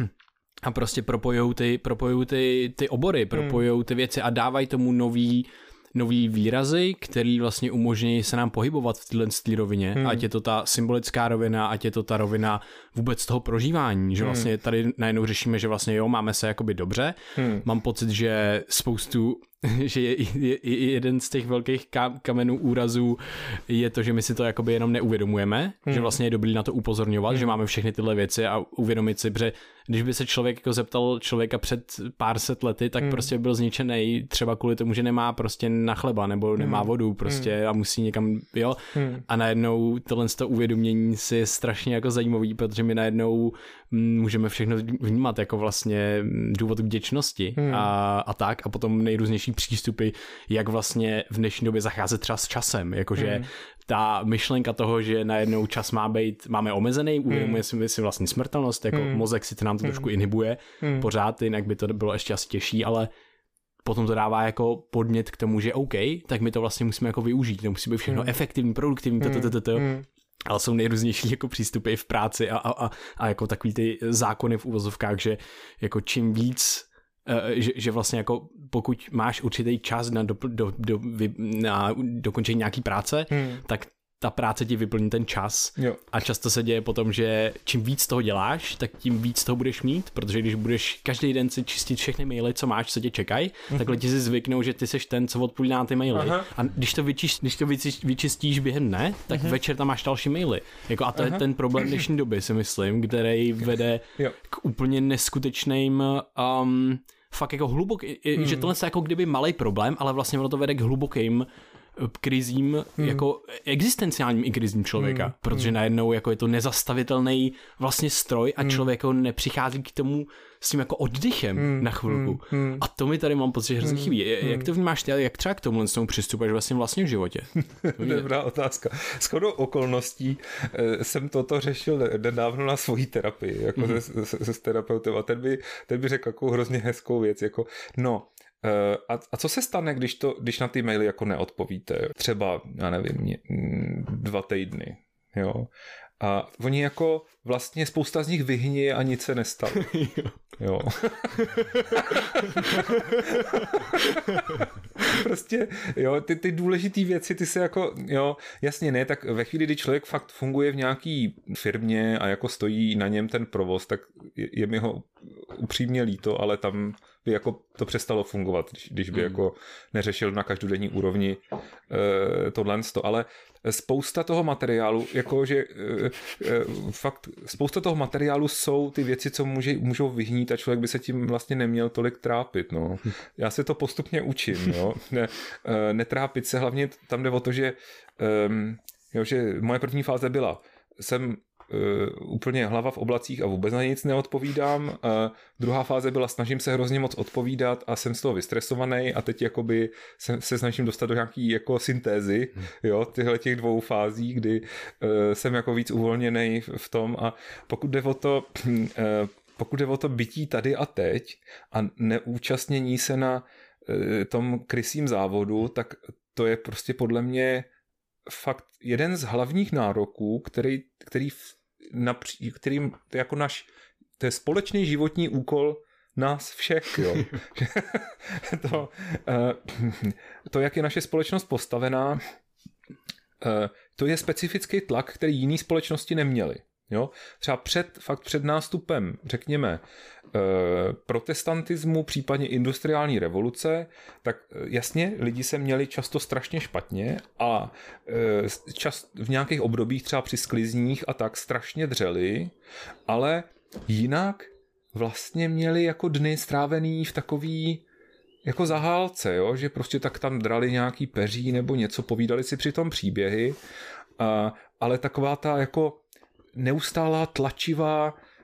a prostě propojou ty, propojou ty, ty obory, propojou ty věci a dávají tomu nový nový výrazy, který vlastně umožní se nám pohybovat v téhle rovině, hmm. ať je to ta symbolická rovina, ať je to ta rovina vůbec toho prožívání, že vlastně tady najednou řešíme, že vlastně jo, máme se jakoby dobře, hmm. mám pocit, že spoustu že je, je, je jeden z těch velkých kamenů úrazů je to, že my si to jakoby jenom neuvědomujeme, hmm. že vlastně je dobrý na to upozorňovat, hmm. že máme všechny tyhle věci a uvědomit si, protože když by se člověk jako zeptal člověka před pár set lety, tak hmm. prostě byl zničený třeba kvůli tomu, že nemá prostě na chleba nebo nemá hmm. vodu prostě hmm. a musí někam, jo, hmm. a najednou tohle z toho uvědomění si je strašně jako zajímavý, protože my najednou můžeme všechno vnímat jako vlastně důvod vděčnosti hmm. a, a tak a potom nejrůznější přístupy, jak vlastně v dnešní době zacházet třeba s časem, jakože hmm. ta myšlenka toho, že najednou čas má být, máme omezený, uvědomuje si, si vlastně smrtelnost, jako hmm. mozek si to nám to hmm. trošku inhibuje hmm. pořád, jinak by to bylo ještě asi těžší, ale potom to dává jako podnět k tomu, že OK, tak my to vlastně musíme jako využít, to musí být všechno hmm. efektivní, produktivní, toto, hmm. ale jsou nejrůznější jako přístupy v práci a, a, a, a jako takový ty zákony v uvozovkách, že jako čím víc Že, že vlastně jako pokud máš určitý čas na, do, do, do, na dokončení nějaký práce, hmm. tak ta práce ti vyplní ten čas jo. a často se děje potom, že čím víc toho děláš, tak tím víc toho budeš mít, protože když budeš každý den si čistit všechny maily, co máš, co tě čekají, mm-hmm. takhle ti si zvyknou, že ty seš ten, co odpovídá na ty maily. Aha. A když to vyčistíš, když to vyčistíš během dne, tak mm-hmm. večer tam máš další maily. Jako a to Aha. je ten problém dnešní doby, si myslím, který vede jo. k úplně neskutečným um, fakt jako hluboký, mm. že tohle je jako kdyby malej problém, ale vlastně ono to vede k hlubokým krizím, hmm. jako existenciálním i krizím člověka, hmm. protože najednou jako je to nezastavitelný vlastně stroj a hmm. člověk nepřichází k tomu s tím jako oddychem hmm. na chvilku. Hmm. A to mi tady mám pocit, že hrozně hmm. chybí. Hmm. Jak to vnímáš ty, jak třeba k tomu s tomu přistupuješ vlastně vlastně v životě? Dobrá otázka. Shodou okolností jsem toto řešil nedávno na svojí terapii, jako hmm. se, se, se terapeutem a ten by, ten by řekl takovou hrozně hezkou věc, jako no, A, a co se stane, když, to, když na ty maily jako neodpovíte? Třeba, já nevím, dva týdny, jo? A oni jako vlastně spousta z nich vyhní a nic se nestalo. Jo. Prostě, jo, ty, ty důležitý věci, ty se jako, jo, jasně ne, tak ve chvíli, kdy člověk fakt funguje v nějaký firmě a jako stojí na něm ten provoz, tak je, je mi ho upřímně líto, ale tam by jako to přestalo fungovat, když, když by mm. jako neřešil na každodenní úrovni uh, tohle, ale spousta toho materiálu, jakože uh, uh, fakt spousta toho materiálu jsou ty věci, co může, můžou vyhnít a člověk by se tím vlastně neměl tolik trápit, no. Já se to postupně učím, jo. Ne, uh, netrápit se, hlavně tam jde o to, že, um, jo, že moje první fáze byla, jsem Uh, úplně hlava v oblacích a vůbec na nic neodpovídám. Uh, druhá fáze byla, snažím se hrozně moc odpovídat a jsem z toho vystresovaný a teď jakoby se, se snažím dostat do nějaký jako syntézy, hmm. jo, tyhle těch dvou fází, kdy uh, jsem jako víc uvolněný v, v tom a pokud jde o to uh, pokud jde o to bytí tady a teď a neúčastnění se na uh, tom krysím závodu, tak to je prostě podle mě fakt jeden z hlavních nároků, který, který napří, kterým to je jako náš, to je společný životní úkol nás všech, jo. to, to, jak je naše společnost postavená, to je specifický tlak, který jiný společnosti neměly. Jo? Třeba před, fakt před nástupem, řekněme, protestantismu, případně industriální revoluce, tak jasně, lidi se měli často strašně špatně a čas, v nějakých obdobích třeba při sklizních a tak strašně dřeli, ale jinak vlastně měli jako dny strávený v takový jako zahálce, jo? Že prostě tak tam drali nějaký peří nebo něco, povídali si přitom příběhy, a, ale taková ta jako neustálá tlačivá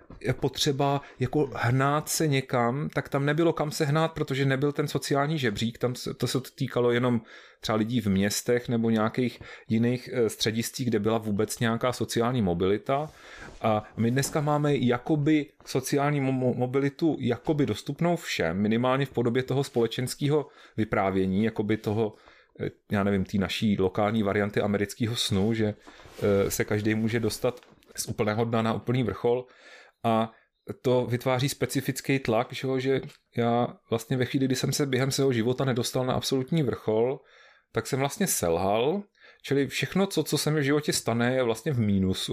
potřeba jako hnát se někam, tak tam nebylo kam se hnát, protože nebyl ten sociální žebřík, tam se, to se týkalo jenom třeba lidí v městech nebo nějakých jiných střediscích, kde byla vůbec nějaká sociální mobilita. A my dneska máme jakoby sociální mo- mobilitu jakoby dostupnou všem, minimálně v podobě toho společenského vyprávění, jakoby toho, já nevím, té naší lokální varianty amerického snu, že se každý může dostat z úplného dna na úplný vrchol a to vytváří specifický tlak, že já vlastně ve chvíli, kdy jsem se během svého života nedostal na absolutní vrchol, tak jsem vlastně selhal, čili všechno, co, co se mi v životě stane, je vlastně v mínusu.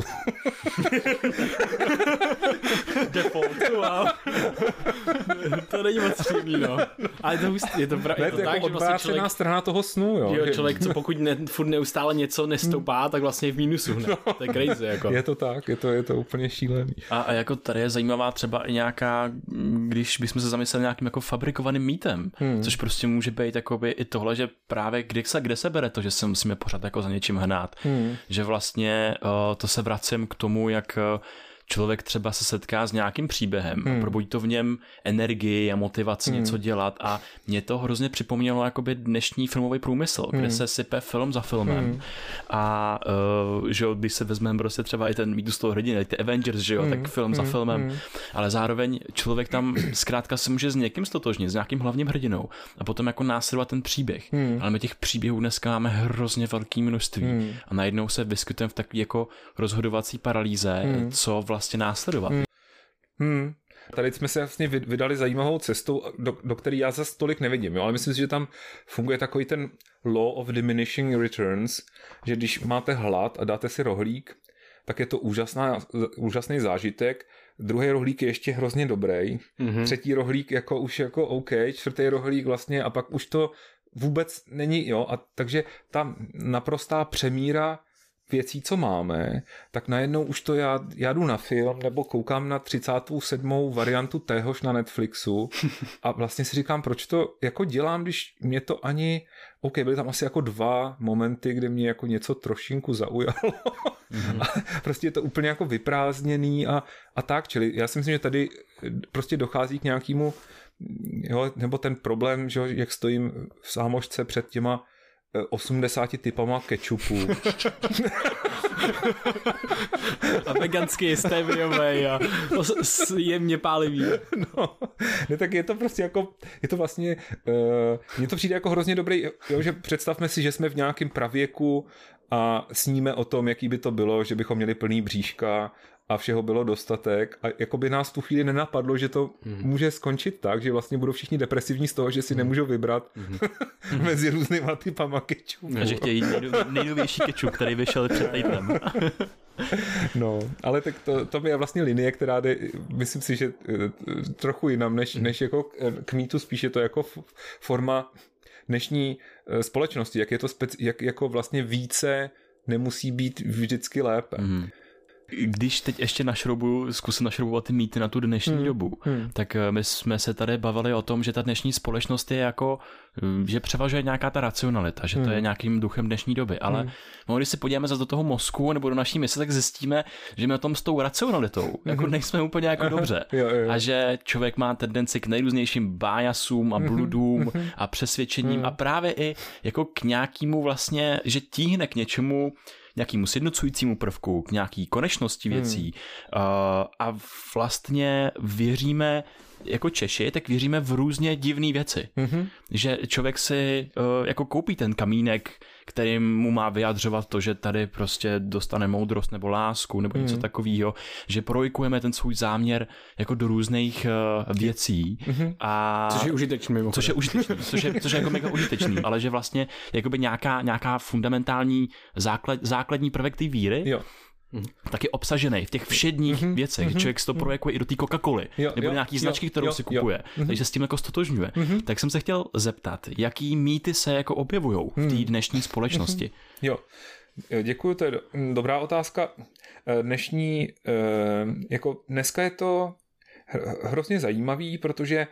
Default, wow. To není moc přímý, no. Ale to je to, pra, ne, je to, to tak, jako že vlastně člověk, strana toho snu, jo. jo člověk, co pokud ne, furt neustále něco nestoupá, tak vlastně je v mínusu hned. No, to je crazy, jako. Je to tak, je to, je to úplně šílený. A, a jako tady je zajímavá třeba i nějaká, když bychom se zamysleli nějakým jako fabrikovaným mýtem, hmm. což prostě může být jakoby i tohle, že právě kde se, kde se bere to, že se musíme pořád jako za něčím hnát. Hmm. Že vlastně uh, to se vracím k tomu, jak uh, člověk třeba se setká s nějakým příběhem hmm. a probudí to v něm energii a motivaci hmm. něco dělat a mě to hrozně připomnělo jakoby dnešní filmový průmysl, hmm. kde se sype film za filmem hmm. a uh, že jo, když se vezmeme prostě třeba i ten mýtus toho hrdiny, ty Avengers, že jo, hmm. tak film hmm. za filmem, hmm. ale zároveň člověk tam zkrátka se může s někým stotožnit, s nějakým hlavním hrdinou a potom jako následovat ten příběh, hmm. ale my těch příběhů dneska máme hrozně velké množství hmm. a najednou se vyskytujeme v takové jako rozhodovací paralýze, hmm. co vlastně následovat. Hmm. Hmm. Tady jsme se vlastně vydali zajímavou cestou, do, do které já zase tolik nevidím, jo? Ale myslím si, že tam funguje takový ten law of diminishing returns, že když máte hlad a dáte si rohlík, tak je to úžasná, úžasný zážitek, druhý rohlík je ještě hrozně dobrý, mm-hmm. třetí rohlík jako už jako OK, čtvrtý rohlík vlastně a pak už to vůbec není, jo, a takže ta naprostá přemíra věcí, co máme, tak najednou už to já, já jdu na film nebo koukám na třicátou sedmou variantu téhož na Netflixu a vlastně si říkám, proč to jako dělám, když mě to ani, OK, byly tam asi jako dva momenty, kde mě jako něco trošinku zaujalo. Mm-hmm. A prostě je to úplně jako vyprázdněný a, a tak, čili já si myslím, že tady prostě dochází k nějakému, jo, nebo ten problém, že jak stojím v sámošce před těma osmdesáti typama kečupu. A veganský, stevijový a jemně pálivý. No, ne, tak je to prostě jako, je to vlastně, uh, mně to přijde jako hrozně dobrý, jo, že představme si, že jsme v nějakém pravěku a sníme o tom, jaký by to bylo, že bychom měli plný bříška a všeho bylo dostatek a jako by nás tu chvíli nenapadlo, že to mm. může skončit tak, že vlastně budou všichni depresivní z toho, že si mm. nemůžou vybrat mm. mezi různýma typama kečupu. A že chtějí nejnovější kečup, který vyšel před týdnem. No, ale tak to, to je vlastně linie, která jde, myslím si, že trochu jinam, než, než jako k mýtu, spíš je to jako forma dnešní společnosti, jak je to speci- jak jako vlastně více nemusí být vždycky lépe. Mm. Když teď ještě našroubuju, zkusím našroubovat ty mýty na tu dnešní hmm. dobu, hmm. tak my jsme se tady bavili o tom, že ta dnešní společnost je jako, že převažuje nějaká ta racionalita, že hmm. to je nějakým duchem dnešní doby, ale hmm. když si podíváme zase do toho mozku nebo do naší mysli, tak zjistíme, že my na tom s tou racionalitou hmm. jako nejsme úplně jako dobře jo, jo, jo. a že člověk má tendenci k nejrůznějším bájasům a bludům hmm. a přesvědčením hmm. a právě i jako k nějakému vlastně, že tíhne k něčemu, nějakému sjednocujícímu prvku, k nějaký konečnosti věcí hmm. uh, a vlastně věříme, jako Češi, tak věříme v různě divné věci. Mm-hmm. Že člověk si uh, jako koupí ten kamínek, který mu má vyjadřovat to, že tady prostě dostane moudrost nebo lásku nebo něco mm. takového, že projikujeme ten svůj záměr jako do různých uh, věcí. Mm-hmm. A což je užitečný. Což je užitečný, což je, což je jako mega užitečný, ale že vlastně jakoby nějaká, nějaká fundamentální základ, základní prvek té víry jo. tak je obsažený v těch všedních mm-hmm, věcech, mm-hmm, člověk si to projekuje i do té Coca-Coly, jo, nebo jo, nějaký značky, jo, kterou jo, si kupuje, jo. takže s tím jako stotožňuje. Mm-hmm. Tak jsem se chtěl zeptat, jaký mýty se jako objevujou v té dnešní společnosti? Mm-hmm. Jo, děkuju, to je dobrá otázka. Dnešní, jako dneska je to hrozně zajímavý, protože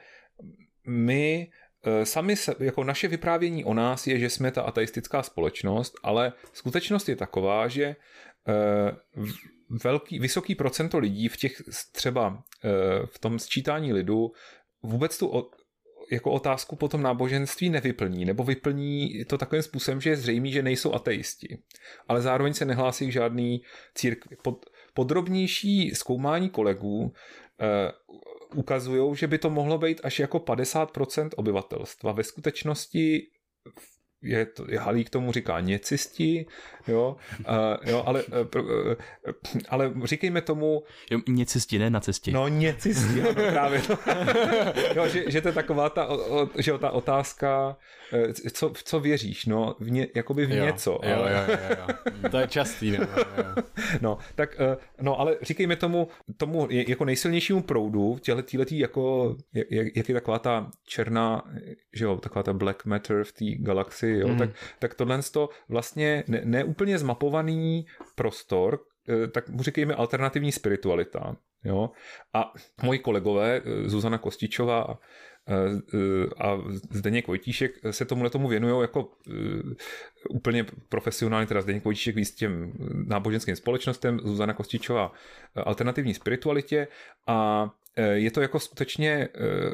my sami se, jako naše vyprávění o nás je, že jsme ta ateistická společnost, ale skutečnost je taková, že velký, vysoký procento lidí v těch třeba v tom sčítání lidu vůbec tu jako otázku po tom náboženství nevyplní, nebo vyplní to takovým způsobem, že je zřejmý, že nejsou ateisti. Ale zároveň se nehlásí k žádný církvi. Pod, podrobnější zkoumání kolegů eh, ukazují, že by to mohlo být až jako padesát procent obyvatelstva. Ve skutečnosti je to, je Halík tomu říká něcisti, jo, uh, jo ale, uh, uh, ale říkejme tomu... Jo, něcisti, ne na cestě. No, něcisti, ano, právě to. Jo, že, že to je taková ta, o, že ta otázka, co, v co věříš, no, v ně, jakoby v jo, něco. Jo, ale... jo, jo, jo. To je častý, nebo, jo. No, tak, no, ale říkejme tomu, tomu jako nejsilnějšímu proudu, těhletý jako, jak, jak je taková ta černá, že jo, taková ta black matter v té galaxii, jo, mm. tak, tak tohle to vlastně ne, neúplně zmapovaný prostor, tak mu říkejme alternativní spiritualita, jo, a moji kolegové, Zuzana Kostičová a a Zdeněk Vojtíšek se tomuhle tomu věnují jako úplně profesionálně, teda Zdeněk Vojtíšek víc těm náboženským společnostem, Zuzana Kostičová alternativní spiritualitě a je to jako skutečně,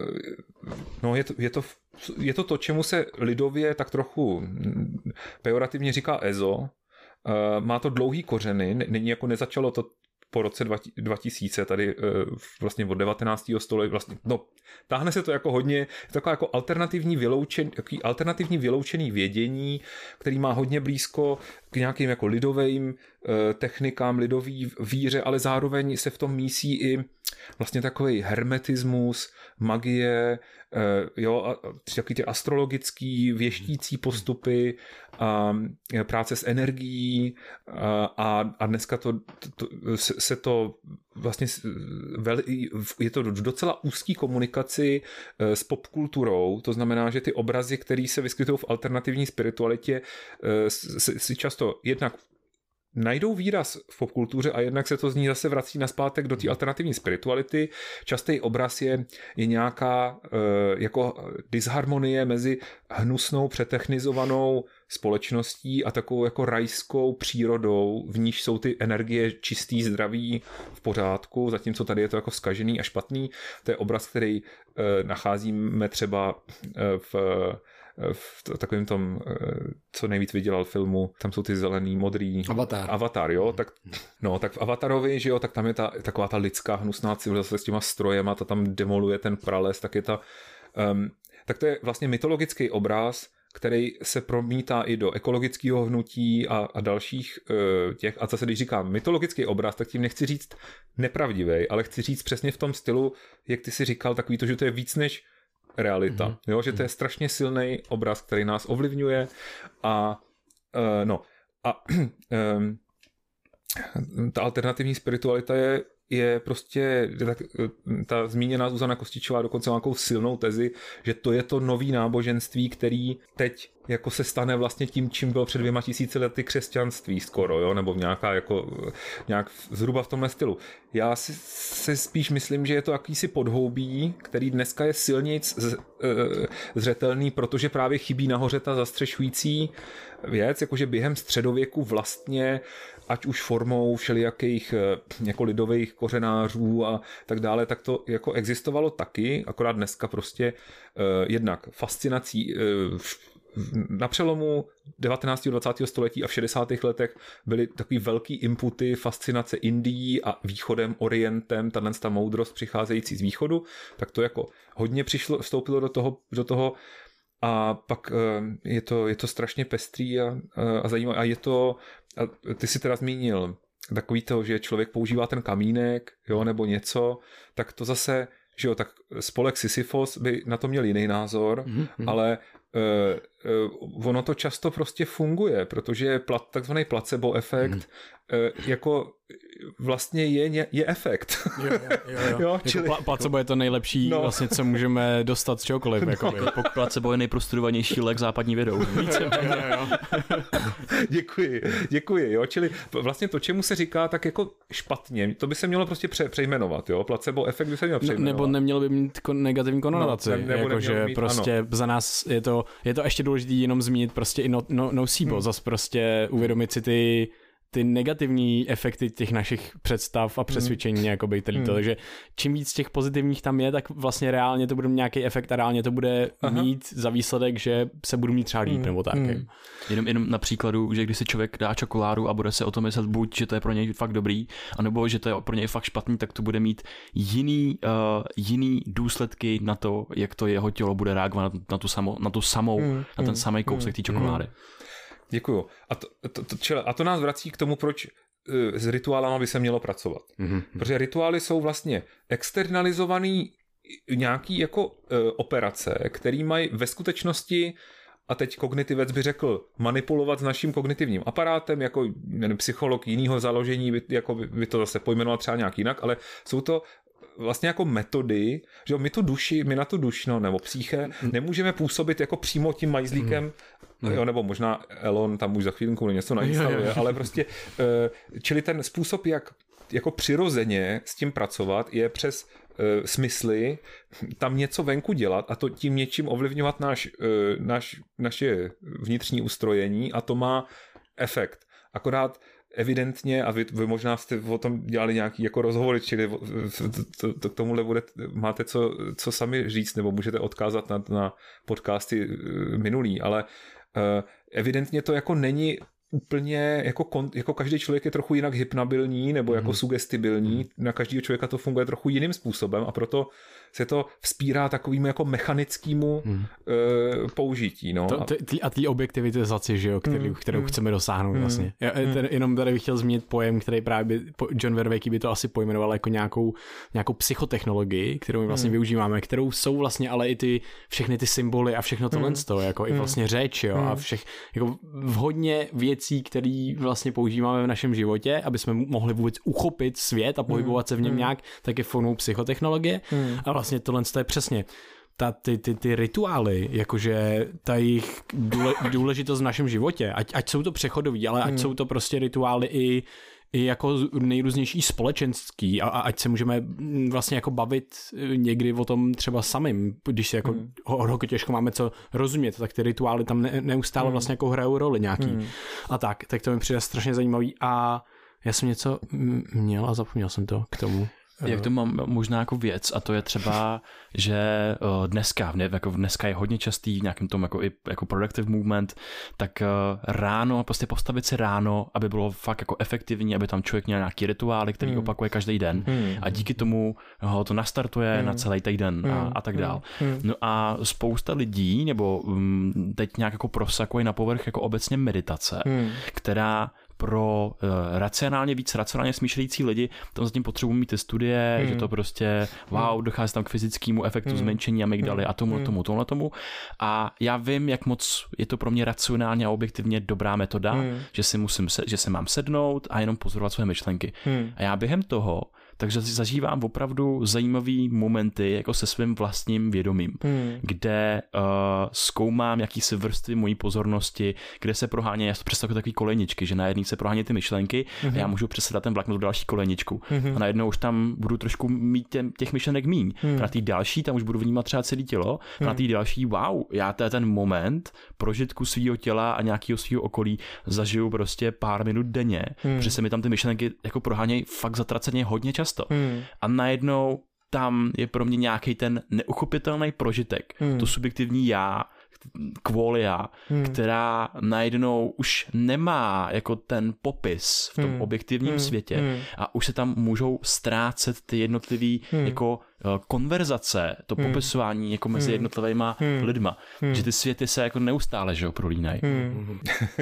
no je to, je to, je to to, čemu se lidově tak trochu pejorativně říká ezo, má to dlouhý kořeny, není jako nezačalo to po roce dva tisíce, tady vlastně od devatenáctého století, vlastně, no, táhne se to jako hodně, taková jako alternativní, vyloučen, alternativní vyloučený vědění, který má hodně blízko k nějakým jako lidovým technikám, lidový víře, ale zároveň se v tom mísí i vlastně takový hermetismus, magie, jo, a takový ty astrologický, věštící postupy, a práce s energií a, a dneska to, to, se to vlastně je to v docela úzký komunikaci s popkulturou, to znamená, že ty obrazy, které se vyskytují v alternativní spiritualitě, si často jednak najdou výraz v popkultuře a jednak se to z ní zase vrací naspátek do té alternativní spirituality. Častý obraz je, je nějaká e, jako disharmonie mezi hnusnou, přetechnizovanou společností a takovou jako rajskou přírodou, v níž jsou ty energie čistý, zdravý, v pořádku, zatímco tady je to jako zkažený a špatný. To je obraz, který e, nacházíme třeba e, v v takovém tom, co nejvíc vydělal filmu, tam jsou ty zelený, modrý... Avatar. Avatar, jo, tak, no, tak v Avatarovi, že jo, tak tam je ta, taková ta lidská hnusná civilizace s těma strojema, ta tam demoluje ten prales, tak je ta... Um, tak to je vlastně mytologický obraz, který se promítá i do ekologického hnutí a, a dalších uh, těch. A zase, když říkám mytologický obraz, tak tím nechci říct nepravdivý, ale chci říct přesně v tom stylu, jak ty si říkal, takový to, že to je víc než realita, mm-hmm. jo, že to je strašně silný obraz, který nás ovlivňuje a uh, no a um, ta alternativní spiritualita je, je prostě tak, ta zmíněná Zuzana Kostičová dokonce má nějakou silnou tezi, že to je to nový náboženství, který teď jako se stane vlastně tím, čím bylo před dvěma tisíci lety křesťanství skoro, jo, nebo nějaká jako, nějak zhruba v tomhle stylu. Já si, si spíš myslím, že je to jakýsi podhoubí, který dneska je silnějc z, e, zřetelný, protože právě chybí nahoře ta zastřešující věc, jakože během středověku vlastně, ať už formou všelijakých jako lidových kořenářů a tak dále, tak to jako existovalo taky, akorát dneska prostě e, jednak fascinací e, na přelomu devatenáctého a dvacátého století a v šedesátých letech byly takový velký inputy fascinace Indií a východem, orientem, tato ta moudrost přicházející z východu, tak to jako hodně přišlo, vstoupilo do toho, do toho a pak je to, je to strašně pestrý a, a zajímavé a je to, a ty si teda zmínil takový to, že člověk používá ten kamínek, jo, nebo něco, tak to zase, že jo, tak spolek Sisyfos by na to měl jiný názor, mm-hmm. ale uh, uh, ono to často prostě funguje, protože plat, takzvaný placebo efekt mm. uh, jako vlastně je, je efekt. Jo, jo, jo. jo. jo čili... Jako placebo je to nejlepší, no. vlastně, co můžeme dostat z čehokoliv. No. Jako placebo je nejprostudovanější lék západní vědou. Děkuji, děkuji. Jo. Čili vlastně to, čemu se říká tak jako špatně, to by se mělo prostě pře- přejmenovat. Jo. Placebo efekt by se měl přejmenovat. Nebo nemělo by mít negativní konotaci. No, jakože prostě ano. Za nás je to, je to ještě důležité jenom zmínit prostě i no, no, nocebo, hmm. zase prostě uvědomit si ty ty negativní efekty těch našich představ a přesvědčení mm. jakoby tady to. Mm. Takže čím víc těch pozitivních tam je, tak vlastně reálně to bude mít nějaký efekt a reálně to bude Aha. mít za výsledek, že se budu mít třeba líp mm. nebo tak. Mm. Jenom, jenom na příkladu, že když si člověk dá čokoládu a bude se o tom myslet buď, že to je pro něj fakt dobrý, anebo že to je pro něj fakt špatný, tak to bude mít jiný, uh, jiný důsledky na to, jak to jeho tělo bude reagovat na, na, tu, samo, na tu samou, mm. na ten samý kousek té čokolády. Mm. Děkuju. A to, to, to, čele, a to nás vrací k tomu, proč uh, s rituálama by se mělo pracovat. Mm-hmm. Protože rituály jsou vlastně externalizovaný nějaký jako uh, operace, který mají ve skutečnosti, a teď kognitivec by řekl, manipulovat s naším kognitivním aparátem, jako nevím, psycholog jinýho založení by, jako by, by to zase pojmenoval třeba nějak jinak, ale jsou to vlastně jako metody, že my tu duši, my na tu dušno nebo psyché nemůžeme působit jako přímo tím majzlíkem, mm. jo, nebo možná Elon tam už za chvílinku něco nainstaluje, ale prostě, čili ten způsob, jak jako přirozeně s tím pracovat, je přes uh, smysly tam něco venku dělat a to tím něčím ovlivňovat náš, uh, náš, naše vnitřní ustrojení a to má efekt. Akorát evidentně, a vy, vy možná jste o tom dělali nějaký jako rozhovory, čili to, to, to k tomuhle bude, máte co, co sami říct, nebo můžete odkázat na, na podcasty minulý, ale uh, evidentně to jako není úplně, jako, kon, jako každý člověk je trochu jinak hypnabilní nebo jako mm. sugestibilní, na každého člověka to funguje trochu jiným způsobem a proto se to vzpírá takovým jako mechanickému mm. uh, použití. No. To, tý, a tý objektivizaci, že jo, který, mm. kterou mm. chceme dosáhnout mm. vlastně. Já, ten, jenom tady bych chtěl zmínit pojem, který právě by, John Vervaeke by to asi pojmenoval jako nějakou, nějakou psychotechnologii, kterou my vlastně mm. využíváme, kterou jsou vlastně ale i ty všechny ty symboly a všechno tohle mm. toho, jako mm. i vlastně řeč, jo, mm. a všech, jako hodně věcí, které vlastně používáme v našem životě, aby jsme mohli vůbec uchopit svět a pohybovat se v něm mm. nějak, tak je formou psychotechnologie. Mm. A vlastně tohle je přesně ta, ty, ty, ty rituály, jakože ta jejich důle, důležitost v našem životě, ať, ať jsou to přechodový, ale ať mm. jsou to prostě rituály i i jako nejrůznější společenský a, a ať se můžeme vlastně jako bavit někdy o tom třeba samým, když si jako mm. hodně těžko máme co rozumět, tak ty rituály tam ne, neustále mm. vlastně jako hrajou roli nějaký. Mm. A tak, tak to mi přijde strašně zajímavý a já jsem něco měl a zapomněl jsem to k tomu. Jak to mám možná jako věc a to je třeba, že dneska, ne, jako dneska je hodně častý v nějakém tom jako, jako productive movement, tak ráno, prostě postavit si ráno, aby bylo fakt jako efektivní, aby tam člověk měl nějaký rituály, který hmm. opakuje každý den hmm. a díky tomu ho to nastartuje hmm. na celý týden hmm. a, a tak dál. Hmm. No a spousta lidí, nebo um, teď nějak jako prosakuje na povrch jako obecně meditace, hmm. která pro uh, racionálně, víc racionálně smýšlející lidi, tam zatím potřebují mít ty studie, hmm. že to prostě wow, dochází tam k fyzickému efektu hmm. zmenšení amygdaly a tomu, hmm. tomu, tomu, tomu. A já vím, jak moc je to pro mě racionálně a objektivně dobrá metoda, hmm. že si musím, že se mám sednout a jenom pozorovat své myšlenky. Hmm. A já během toho takže zažívám opravdu zajímavý momenty jako se svým vlastním vědomím, hmm. kde uh, zkoumám jakýsi vrstvy mojí pozornosti, kde se proháně, já to představuji takový kolejničky, že na jedný se proháně ty myšlenky hmm. a já můžu přesedat ten vlak na tu další kolejničku hmm. a najednou už tam budu trošku mít tě, těch myšlenek míň. Hmm. Na té další tam už budu vnímat třeba celé tělo hmm. a na té další wow, já to je ten moment prožitku svého těla a nějakého svého okolí zažiju prostě pár minut denně, hmm. protože se mi tam ty myšlenky jako prohánějí fakt zatraceně hodně často. Hmm. A najednou tam je pro mě nějaký ten neuchopitelný prožitek, hmm. to subjektivní já, kvůli já, hmm. která najednou už nemá jako ten popis v tom hmm. objektivním hmm. světě hmm. a už se tam můžou ztrácet ty jednotlivý hmm. jako konverzace, to hmm. popisování jako mezi jednotlivýma hmm. lidma, hmm. že ty světy se jako neustále, že jo, prolínají. Hmm.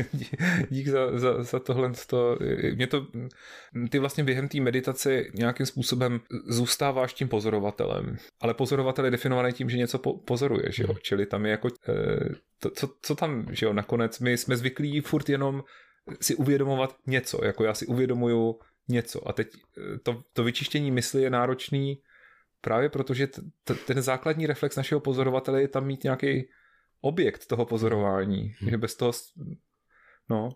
Dík za, za, za tohle. To, mě to, ty vlastně během té meditace nějakým způsobem zůstáváš tím pozorovatelem, ale pozorovatel je definovaný tím, že něco po, pozoruješ, jo, hmm. čili tam je jako to, co, co tam, že jo, nakonec my jsme zvyklí furt jenom si uvědomovat něco, jako já si uvědomuju něco a teď to, to vyčištění mysli je náročný právě protože t- t- ten základní reflex našeho pozorovatele je tam mít nějaký objekt toho pozorování, hmm. že bez toho no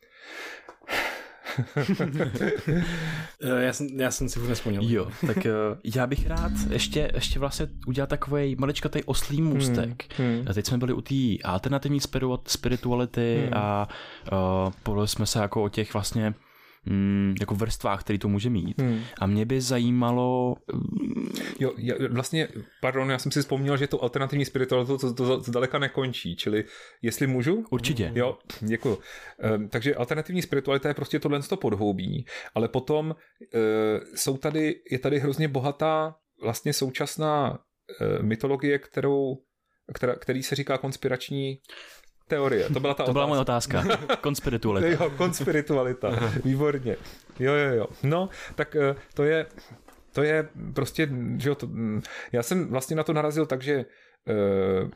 já, jsem, já jsem si už nespomněl. Jo, tak já bych rád ještě, ještě vlastně udělal takovej maličkatej oslý můstek. Hmm, hmm. A teď jsme byli u té alternativní spirituality hmm. a uh, povedli jsme se jako o těch vlastně mm, jako vrstvách, který to může mít. Hmm. A mě by zajímalo... Jo, já, vlastně, pardon, já jsem si vzpomněl, že to alternativní spiritualitou to, to, to zdaleka nekončí, čili jestli můžu? Určitě. Jo, děkuju. Um, takže alternativní spiritualita je prostě tohle to podhoubí, ale potom uh, jsou tady, je tady hrozně bohatá vlastně současná uh, mytologie, kterou, která, který se říká konspirační teorie. To byla ta to otázka. byla moje otázka. Konspiritualita. Jo, konspiritualita. Výborně. Jo, jo, jo. No, tak uh, to je to je prostě, že jo, to, já jsem vlastně na to narazil tak, že uh,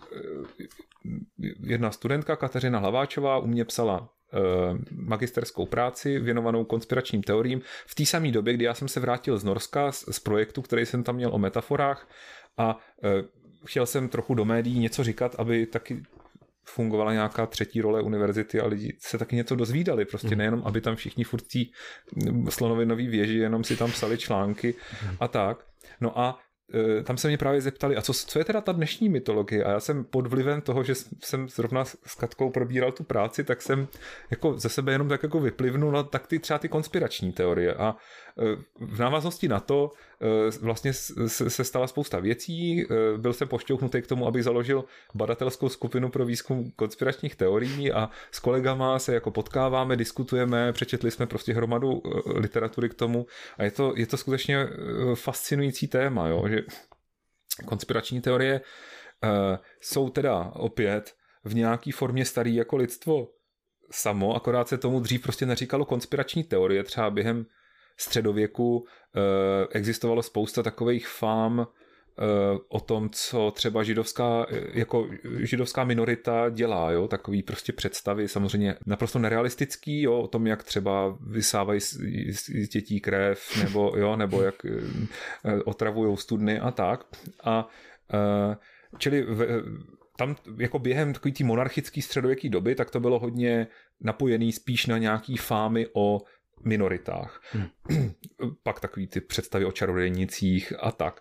jedna studentka, Kateřina Hlaváčová, u mě psala uh, magisterskou práci věnovanou konspiračním teoriím v té samé době, kdy já jsem se vrátil z Norska z, z projektu, který jsem tam měl o metaforách a uh, chtěl jsem trochu do médií něco říkat, aby taky fungovala nějaká třetí role univerzity a lidi se taky něco dozvídali, prostě nejenom, aby tam všichni furt tí slonovinový věži, jenom si tam psali články a tak. No a e, tam se mě právě zeptali, a co, co je teda ta dnešní mytologie? A já jsem pod vlivem toho, že jsem zrovna s Katkou probíral tu práci, tak jsem jako ze sebe jenom tak jako vyplivnul na tak ty třeba ty konspirační teorie a e, v návaznosti na to e, vlastně se, se stala spousta věcí, e, byl jsem pošťouchnutý k tomu, abych založil badatelskou skupinu pro výzkum konspiračních teorií a s kolegama se jako potkáváme, diskutujeme, přečetli jsme prostě hromadu e, literatury k tomu a je to, je to skutečně e, fascinující téma, jo, že konspirační teorie e, jsou teda opět v nějaký formě starý jako lidstvo samo, akorát se tomu dřív prostě neříkalo konspirační teorie, třeba během středověku e, existovalo spousta takových fám e, o tom, co třeba židovská, jako židovská minorita dělá, jo, takový prostě představy, samozřejmě naprosto nerealistický, jo, o tom, jak třeba vysávají z dětí krev, nebo, jo, nebo jak e, otravujou studny a tak. A e, čili v, tam jako během takový té monarchické středověké doby, tak to bylo hodně napojený spíš na nějaký fámy o minoritách. Hmm. Pak takový ty představy o čarodějnicích a tak.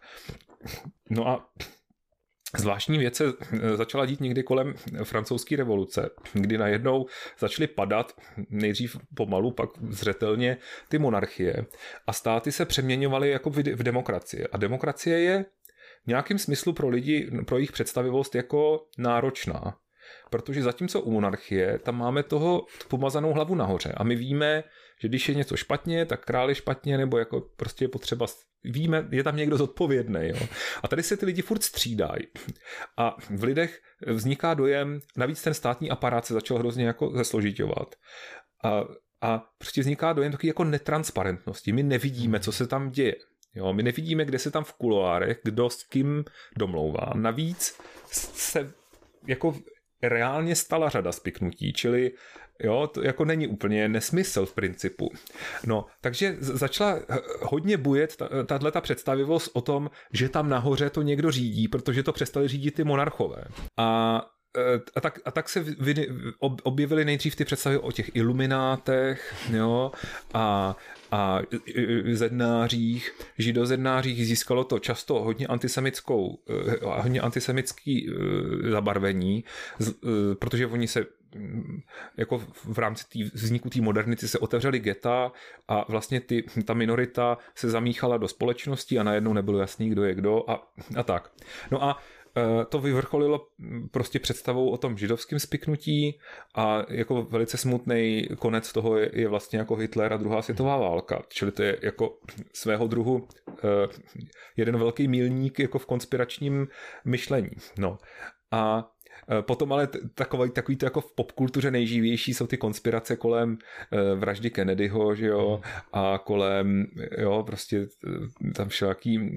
No a zvláštní věc se začala dít někdy kolem francouzské revoluce, kdy najednou začaly padat, nejdřív pomalu, pak zřetelně, ty monarchie a státy se přeměňovaly jako v demokracie. A demokracie je v nějakém smyslu pro lidi, pro jejich představivost jako náročná. Protože zatímco u monarchie, tam máme toho pomazanou hlavu nahoře a my víme, že když je něco špatně, tak král je špatně, nebo jako prostě je potřeba, víme, je tam někdo zodpovědný. Jo? A tady se ty lidi furt střídají. A v lidech vzniká dojem, navíc ten státní aparát se začal hrozně jako zesložiťovat. A, a prostě vzniká dojem taky jako netransparentnosti. My nevidíme, co se tam děje. Jo, my nevidíme, kde se tam v kuloárech, kdo s kým domlouvá. Navíc se jako reálně stala řada spiknutí, čili jo, to jako není úplně nesmysl v principu. No, takže začala hodně bujet tato představivost o tom, že tam nahoře to někdo řídí, protože to přestali řídit ty monarchové. A A tak, a tak se vy, objevily nejdřív ty představy o těch iluminátech, jo, a, a zednářích, židozednářích, získalo to často hodně antisemitskou, hodně antisemický zabarvení, protože oni se jako v rámci tý, vzniku té modernity se otevřely geta a vlastně ty, ta minorita se zamíchala do společnosti a najednou nebylo jasný, kdo je kdo a, a tak. No a to vyvrcholilo prostě představou o tom židovském spiknutí a jako velice smutný konec toho je, je vlastně jako Hitler a druhá světová válka. Čili to je jako svého druhu jeden velký milník jako v konspiračním myšlení. No. A potom ale takový, takový to jako v popkultuře nejživější jsou ty konspirace kolem vraždy Kennedyho, že jo, a kolem, jo, prostě tam všelaký,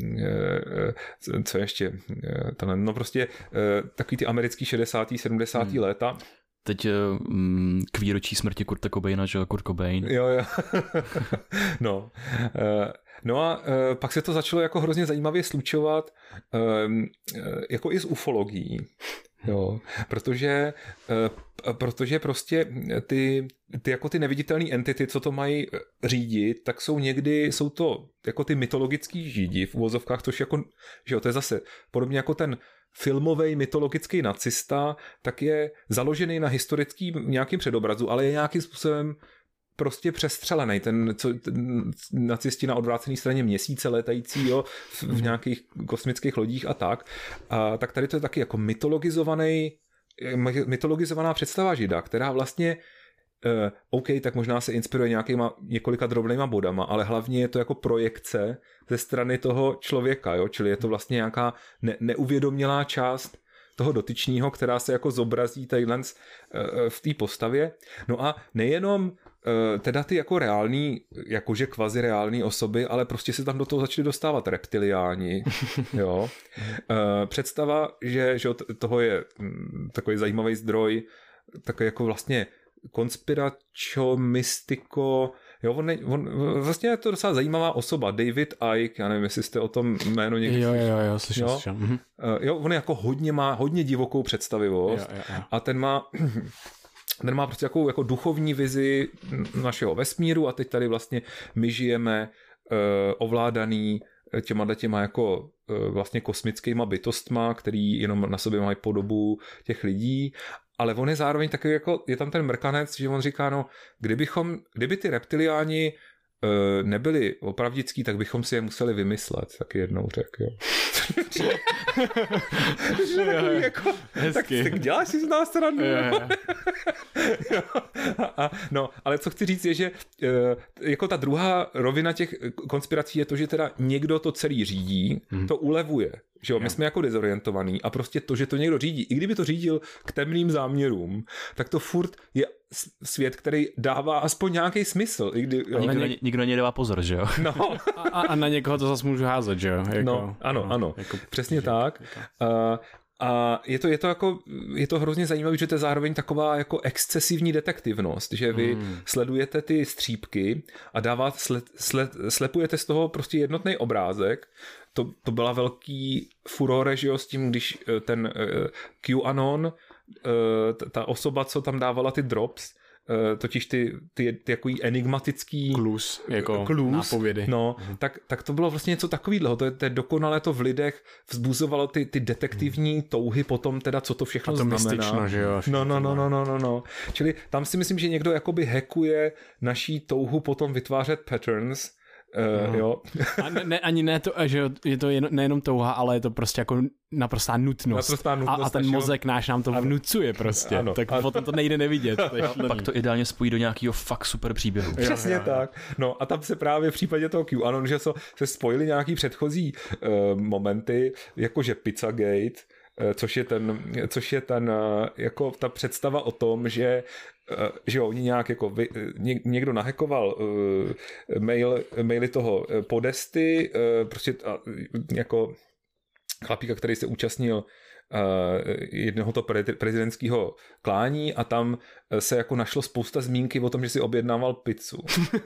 co ještě, no prostě takový ty americký šedesátá sedmdesátá Hmm. léta. Teď mm, k výročí smrti Kurta Cobaina, že jo, Kurt Cobain. Jo, jo. no. No a pak se to začalo jako hrozně zajímavě slučovat jako i s ufologií. Jo, protože, protože prostě ty, ty jako ty neviditelné entity, co to mají řídit, tak jsou někdy, jsou to jako ty mytologický židi v uvozovkách, což jako, že jo, to je zase podobně jako ten filmový mytologický nacista, tak je založený na historickým nějakým předobrazu, ale je nějakým způsobem prostě přestřelený, ten, co, ten nacisti na odvrácené straně měsíce létající, jo, v, v nějakých kosmických lodích a tak. A, tak tady to je taky jako mytologizovaný, mytologizovaná představa Žida, která vlastně Uh, OK, tak možná se inspiruje nějakýma několika drobnýma bodama, ale hlavně je to jako projekce ze strany toho člověka, jo? Čili je to vlastně nějaká ne- neuvědomělá část toho dotyčního, která se jako zobrazí tadyhle uh, v té postavě. No a nejenom uh, teda ty jako reální, jakože kvazi reální osoby, ale prostě se tam do toho začali dostávat reptiliáni, jo. Uh, představa, že, že toho je um, takový zajímavý zdroj, takový jako vlastně konspiračo, mystiko, jo, on, ne, on vlastně je to docela zajímavá osoba, David Icke, já nevím, jestli jste o tom jméno někdy jo, jo, jo, slyšel, slyšel. Mhm. Jo, on jako hodně má, hodně divokou představivost jo, jo, jo. a ten má ten má prostě takovou jako duchovní vizi našeho vesmíru a teď tady vlastně my žijeme uh, ovládaný těma těma jako uh, vlastně kosmickýma bytostma, který jenom na sobě mají podobu těch lidí. Ale on je zároveň takový jako, je tam ten mrkanec, že on říká, no, kdybychom, kdyby ty reptiliáni e, nebyli opravdický, tak bychom si je museli vymyslet, taky jednou řekl, jo. jako, tak, tak děláš si z nás srandu. No, ale co chci říct je, že e, jako ta druhá rovina těch konspirací je to, že teda někdo to celý řídí, hmm. to ulevuje. Že jo, my jsme jako dezorientovaný a prostě to, že to někdo řídí, i kdyby to řídil k temným záměrům, tak to furt je svět, který dává aspoň nějaký smysl. I kdy, jo. A nikdo, ne, nikdo nedává pozor, že jo? No. a, a na někoho to zase můžu házet, že jo? Jako, no, ano, no, ano, jako, přesně že, tak. Uh, a je to, je to jako, je to hrozně zajímavé, že to je zároveň taková jako excesivní detektivnost, že vy hmm. sledujete ty střípky a dáváte, sled, sled, slepujete z toho prostě jednotný obrázek. To, to byla velký furore, že jo, s tím, když ten uh, QAnon, uh, ta osoba, co tam dávala ty drops, uh, totiž ty, ty, ty jako enigmatický klus, jako klus, nápovědy. No, mhm. tak, tak to bylo vlastně něco takového. To je, to je dokonale to v lidech vzbuzovalo ty, ty detektivní mhm. touhy potom teda, co to všechno to znamená. Mystično, že jo? No, no, no, no, no, no, no. Čili tam si myslím, že někdo jakoby hackuje naší touhu potom vytvářet patterns. Uh, no. Jo. A ne, ne, ani ne to, že je to jen, nejenom touha, ale je to prostě jako naprostá nutnost. Naprostá nutnost a, a ten našeho... mozek náš nám to ano. vnucuje prostě. Ano. Tak ano. potom to nejde nevidět. To je pak to ideálně spojí do nějakého fakt super příběhu. Přesně jo, jo, jo. tak. No a tam se právě v případě toho QAnon, že se spojily nějaký předchozí uh, momenty, jakože Pizzagate, což je ten, což je ten, jako ta představa o tom, že že jo, oni nějak jako vy, někdo nahackoval uh, mail, maily toho Podesty, uh, prostě uh, jako chlapíka, který se účastnil uh, jednoho to pre, prezidentského klání a tam se jako našlo spousta zmínky o tom, že si objednával pizzu.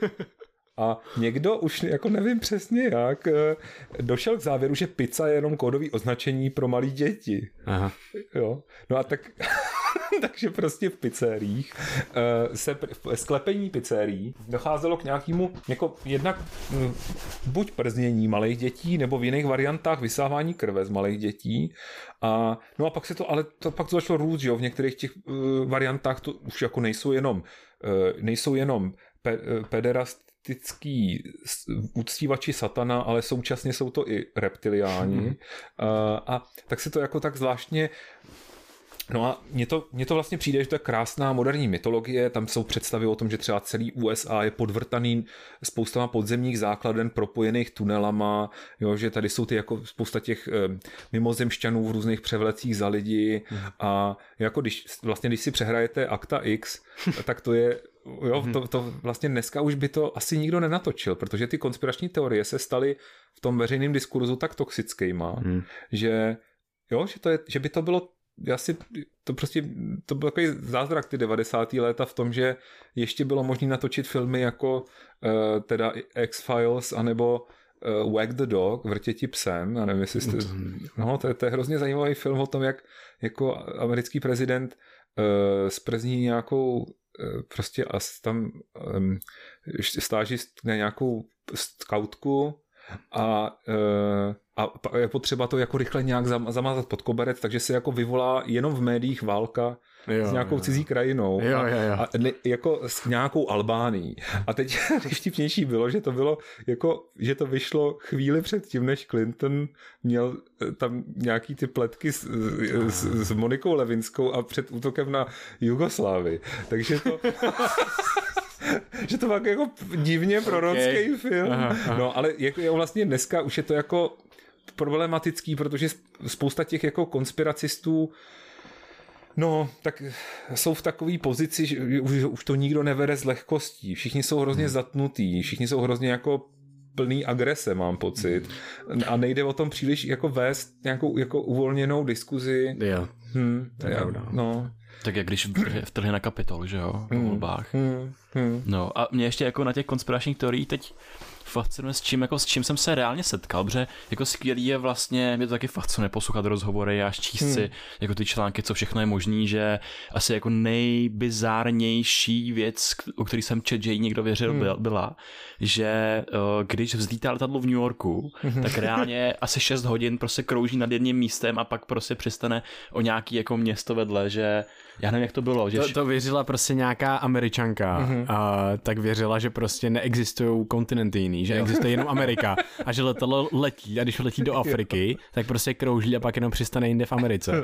A někdo, už jako nevím přesně jak, došel k závěru, že pizza je jenom kódový označení pro malý děti. Aha. Jo. No a tak, takže prostě v pizzeriích se v sklepení pizzerií docházelo k nějakému, jako jednak buď prznění malých dětí, nebo v jiných variantách vysávání krve z malých dětí. A, no a pak se to, ale to, pak to začalo růst, že jo, v některých těch uh, variantách to už jako nejsou jenom, uh, nejsou jenom pe, uh, pederast tický uctívači satana, ale současně jsou to i reptiliáni. Mm. A, a tak se to jako tak zvláštně. No a mně to, mně to vlastně přijde, že to je krásná moderní mytologie, tam jsou představy o tom, že třeba celý U S A je podvrtaný spoustama podzemních základen propojených tunelama, jo, že tady jsou ty jako spousta těch eh, mimozemšťanů v různých převlecích za lidi mm. a jako když vlastně když si přehrajete Akta X, tak to je jo, to, to vlastně dneska už by to asi nikdo nenatočil, protože ty konspirační teorie se staly v tom veřejném diskurzu tak toxickýma, hmm. že jo, že, to je, že by to bylo asi, to prostě, to byl takový zázrak ty devadesátá léta v tom, že ještě bylo možné natočit filmy jako uh, teda X-Files anebo uh, Wag the Dog, Vrtěti psem, já nevím, jestli jste, no, to je, to je hrozně zajímavý film o tom, jak jako americký prezident uh, zprzní nějakou prostě as tam um, stážist na nějakou skautku a, e, a je potřeba to jako rychle nějak zamázat pod koberec, takže se jako vyvolá jenom v médiích válka jo, s nějakou jo, cizí krajinou jo, a, jo, jo. a ne, jako s nějakou Albánií. A teď nejvtipnější bylo, že to bylo jako, že to vyšlo chvíli před tím, než Clinton měl tam nějaký ty pletky s, s, s Monikou Levinskou a před útokem na Jugoslávii. Takže to... že to fakt jako divně prorocký okay. film. Aha, aha. No, ale jako vlastně dneska už je to jako problematický, protože spousta těch jako konspiracistů no, tak jsou v takové pozici, že už, už to nikdo nevede s lehkostí. Všichni jsou hrozně hmm. zatnutí, všichni jsou hrozně jako plný agrese, mám pocit. A nejde o tom příliš jako vést nějakou jako uvolněnou diskuzi. Jo, hmm, to je pravda. No. Tak jak když vtrhli na Kapitol, že jo, po volbách. Hmm, hmm. No a mě ještě jako na těch konspiračních teorií teď fascinuje, s čím, jako, s čím jsem se reálně setkal, protože jako skvělý je vlastně, mě to taky fascinuje poslouchat rozhovory a číst si hmm. jako ty články, co všechno je možný, že asi jako nejbizárnější věc, o který jsem četl, že jí někdo věřil, hmm. byla, že když vzlítá letadlo v New Yorku, hmm. tak reálně asi šest hodin prostě krouží nad jedním místem a pak prostě přistane o nějaký jako město vedle, že já nevím, jak to bylo. Že to, to věřila prostě nějaká Američanka, mm-hmm. a tak věřila, že prostě neexistují kontinenty jiný, že existuje jenom Amerika a že letadlo letí a když letí do Afriky, tak prostě krouží a pak jenom přistane jinde v Americe.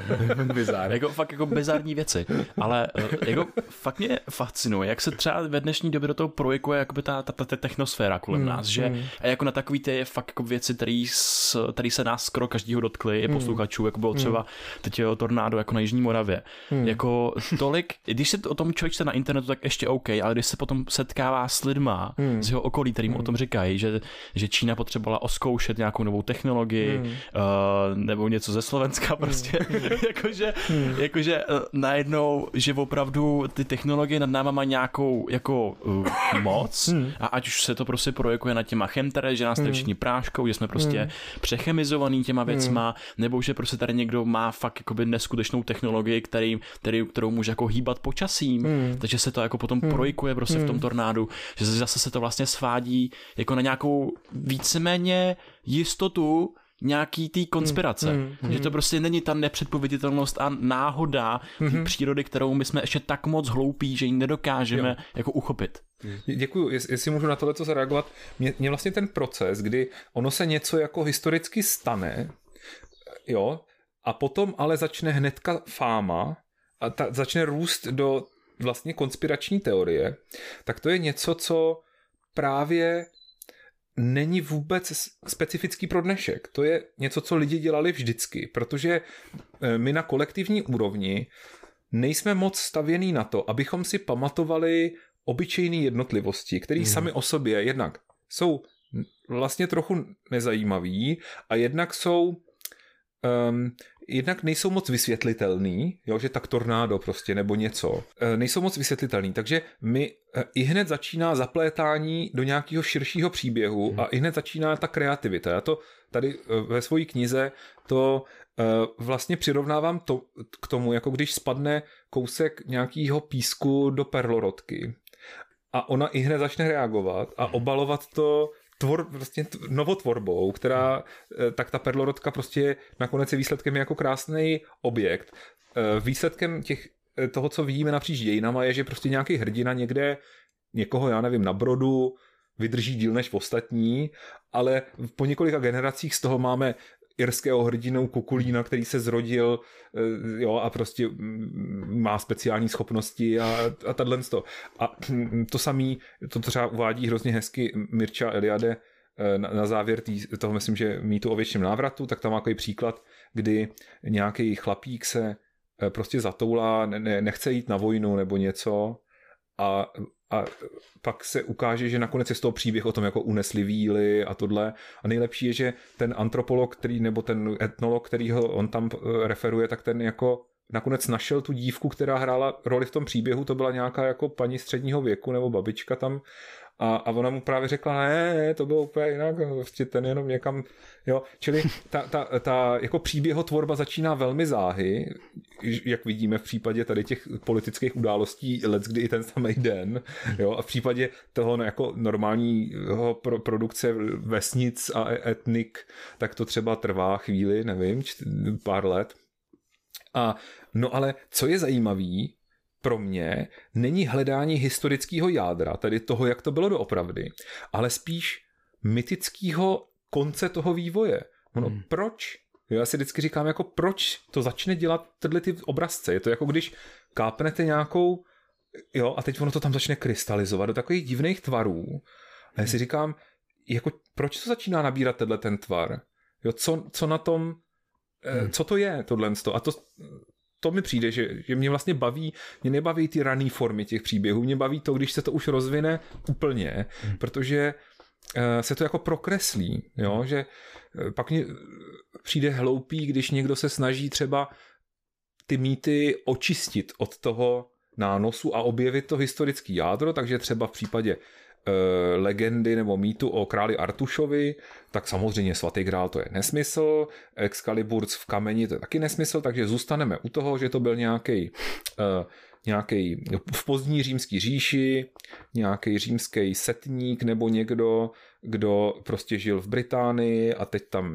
Bizár. Jako fakt jako bizarní věci, ale jako fakt mě fascinuje, jak se třeba ve dnešní době do toho projekuje jakoby ta, ta, ta technosféra kolem mm, nás, že mm. a jako na takový ty fakt jako věci, které se nás skoro každýho dotkly, je mm. posluchačů, jako bylo třeba teď je tornádo jako na Jižní Moravě. Hmm. Jako tolik, když se o tom člověk čte na internetu, tak ještě OK, ale když se potom setkává s lidma hmm. z jeho okolí, kterým hmm. o tom říkají, že, že Čína potřebovala oskoušet nějakou novou technologii hmm. uh, nebo něco ze Slovenska prostě, hmm. jakože, hmm. jakože uh, najednou, že opravdu ty technologie nad náma mají nějakou jako uh, moc hmm. a ať už se to prostě projekuje na těma chemtrails, že nás tady všichni práškou, že jsme prostě hmm. přechemizovaný těma věcma, hmm. nebo že prostě tady někdo má fakt jakoby neskutečnou technologii, který, který, kterou může jako hýbat počasím, hmm. takže se to jako potom hmm. projikuje prostě hmm. v tom tornádu, že zase se to vlastně svádí jako na nějakou víceméně jistotu nějaký té konspirace. Hmm. Hmm. Že to prostě není ta nepředpověditelnost a náhoda hmm. přírody, kterou my jsme ještě tak moc hloupí, že ji nedokážeme jo. jako uchopit. Děkuju, jestli můžu na tohle co zareagovat. Mě, mě vlastně ten proces, kdy ono se něco jako historicky stane, jo, a potom ale začne hnedka fáma a ta, začne růst do vlastně konspirační teorie, tak to je něco, co právě není vůbec specifický pro dnešek. To je něco, co lidi dělali vždycky, protože my na kolektivní úrovni nejsme moc stavěný na to, abychom si pamatovali obyčejné jednotlivosti, které hmm. sami o sobě jednak jsou vlastně trochu nezajímavý a jednak jsou Um, jednak nejsou moc vysvětlitelný, jo, že tak tornádo prostě nebo něco, uh, nejsou moc vysvětlitelný, takže my uh, i hned začíná zaplétání do nějakého širšího příběhu hmm. a i hned začíná ta kreativita. Já to tady uh, ve své knize to uh, vlastně přirovnávám to, k tomu, jako když spadne kousek nějakého písku do perlorodky a ona i hned začne reagovat a obalovat to tvor, prostě novotvorbou, která, tak ta perlorodka prostě nakonec je výsledkem jako krásný objekt. Výsledkem těch, toho, co vidíme napříč dějinama, je, že prostě nějaký hrdina někde někoho, já nevím, na brodu vydrží díl než ostatní, ale po několika generacích z toho máme irského hrdinu Kukulína, který se zrodil, jo, a prostě má speciální schopnosti a, a tato to. A to samý, to třeba uvádí hrozně hezky Mircea Eliade na, na závěr tý, toho, myslím, že mýtu o věčném návratu, tak tam má takový příklad, kdy nějaký chlapík se prostě zatoulá, ne, nechce jít na vojnu nebo něco a a pak se ukáže, že nakonec je z toho příběh o tom, jako unesli víly a tohle. A nejlepší je, že ten antropolog, který, nebo ten etnolog, který ho on tam referuje, tak ten jako nakonec našel tu dívku, která hrála roli v tom příběhu, to byla nějaká jako paní středního věku nebo babička tam A, a ona mu právě řekla, ne, ne, to bylo úplně jinak, prostě ten jenom někam, jo, čili ta, ta, ta jako příběhotvorba začíná velmi záhy, jak vidíme v případě tady těch politických událostí leckdy i ten samý den, jo, a v případě toho no, jako normálního pro, produkce vesnic a etnik, tak to třeba trvá chvíli, nevím, pár let. A no ale co je zajímavý, pro mě není hledání historického jádra, tedy toho, jak to bylo doopravdy, ale spíš mytického konce toho vývoje. Ono, hmm. proč? Já si vždycky říkám, jako proč to začne dělat tyhle ty obrazce. Je to jako když kápnete nějakou, jo, a teď ono to tam začne krystalizovat do takových divných tvarů. A já si říkám, jako proč to začíná nabírat tenhle ten tvar? Jo, co, co na tom, hmm. co to je tohle? A to... To mi přijde, že, že mě vlastně baví, mě nebaví ty rané formy těch příběhů, mě baví to, když se to už rozvine úplně, hmm. protože uh, se to jako prokreslí, jo? Že uh, pak mě přijde hloupý, když někdo se snaží třeba ty mýty očistit od toho nánosu a objevit to historické jádro, takže třeba v případě legendy nebo mýtu o králi Artušovi, tak samozřejmě svatý grál to je nesmysl, Excalibur v kameni to je taky nesmysl, takže zůstaneme u toho, že to byl nějaký uh, nějaký v pozdní římský říši, nějaký římský setník nebo někdo, kdo prostě žil v Británii a teď tam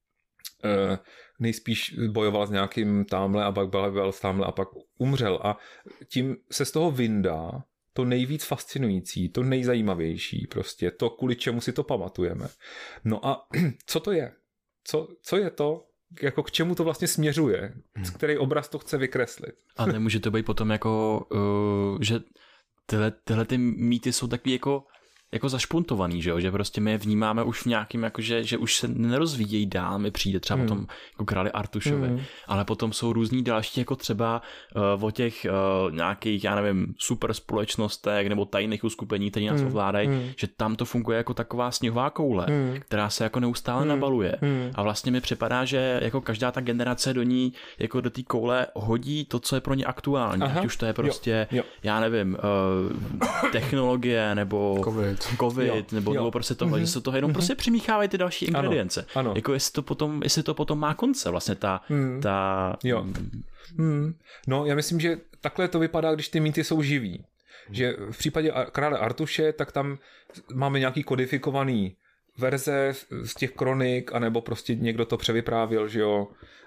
uh, nejspíš bojoval s nějakým támhle a pak bojoval s támhle a pak umřel a tím se z toho vyndá to nejvíc fascinující, to nejzajímavější prostě, to, kvůli čemu si to pamatujeme. No a co to je? Co, co je to, jako k čemu to vlastně směřuje? Z který obraz to chce vykreslit? A nemůže to být potom jako, uh, že tyhle, tyhle ty mýty jsou takový jako jako zašpuntovaný, že jo, že prostě my je vnímáme už v nějakým, jakože, že už se nerozvíjejí dál, mi přijde třeba hmm. potom jako králi Artušovi, hmm. ale potom jsou různý další, jako třeba uh, o těch uh, nějakých, já nevím, super společnostech nebo tajných uskupení, které nás hmm. ovládají, hmm. že tam to funguje jako taková sněhová koule, hmm. která se jako neustále hmm. nabaluje hmm. a vlastně mi připadá, že jako každá ta generace do ní, jako do té koule hodí to, co je pro ně aktuální, ať už to je prostě, jo. Jo. já nevím, uh, technologie nebo COVID. covid, jo, nebo, nebo prostě tohle, mm-hmm. že se toho jenom mm-hmm. prostě přimíchávají ty další ingredience. Ano, ano. Jako jestli to potom, jestli to potom má konce, vlastně ta... Mm. ta jo. Mm. No, já myslím, že takhle to vypadá, když ty mýty jsou živý. Mm. Že v případě krále Artuše, tak tam máme nějaký kodifikovaný verze z těch kronik, anebo prostě někdo to převyprávil, že jo,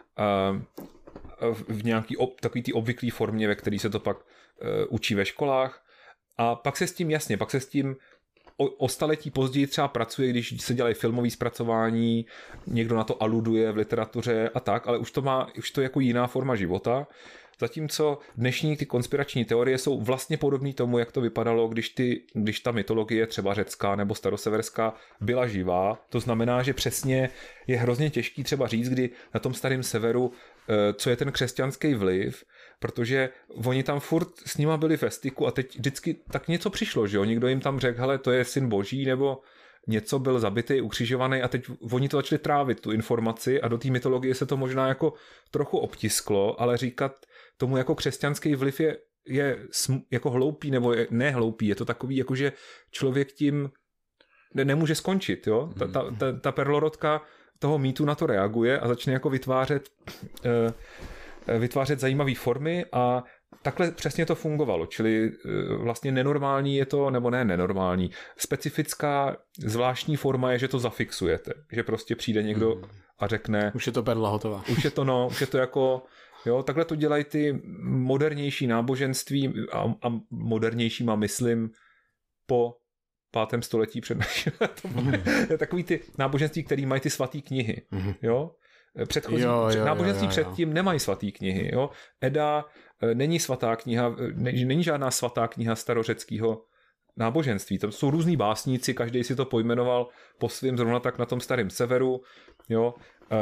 v nějaký ob, takový ty obvyklý formě, ve který se to pak uh, učí ve školách. A pak se s tím, jasně, pak se s tím O, o staletí později třeba pracuje, když se dělají filmové zpracování, někdo na to aluduje v literatuře a tak, ale už to má, už to je jako jiná forma života. Zatímco dnešní ty konspirační teorie jsou vlastně podobné tomu, jak to vypadalo, když, ty, když ta mytologie třeba řecká nebo staroseverská byla živá. To znamená, že přesně je hrozně těžký třeba říct, kdy na tom starém severu, co je ten křesťanský vliv, protože oni tam furt s nima byli ve styku a teď vždycky tak něco přišlo, že jo? Někdo jim tam řekl, hele, to je syn boží, nebo něco byl zabitý, ukřižovaný a teď oni to začali trávit, tu informaci a do té mytologie se to možná jako trochu obtisklo, ale říkat tomu jako křesťanský vliv je, je sm- jako hloupý, nebo je nehloupý, je to takový, jako že člověk tím ne- nemůže skončit, jo? Ta, ta, ta, ta perlorodka toho mýtu na to reaguje a začne jako vytvářet uh, vytvářet zajímavé formy a takhle přesně to fungovalo, čili vlastně nenormální je to, nebo ne nenormální, specifická zvláštní forma je, že to zafixujete, že prostě přijde někdo hmm. a řekne... Už je to perla hotová. Už je to, no, už je to jako, jo, takhle to dělají ty modernější náboženství a, a modernějšíma myslím po pátém století před naším. Takový ty náboženství, který mají ty svatý knihy, hmm. jo. Předchozí jo, jo, náboženství jo, jo, jo. předtím nemají svatý knihy. Jo? Eda není svatá kniha, není žádná svatá kniha starořeckého náboženství. Tam jsou různý básníci, každý si to pojmenoval po svým, zrovna tak na tom starém severu. Jo?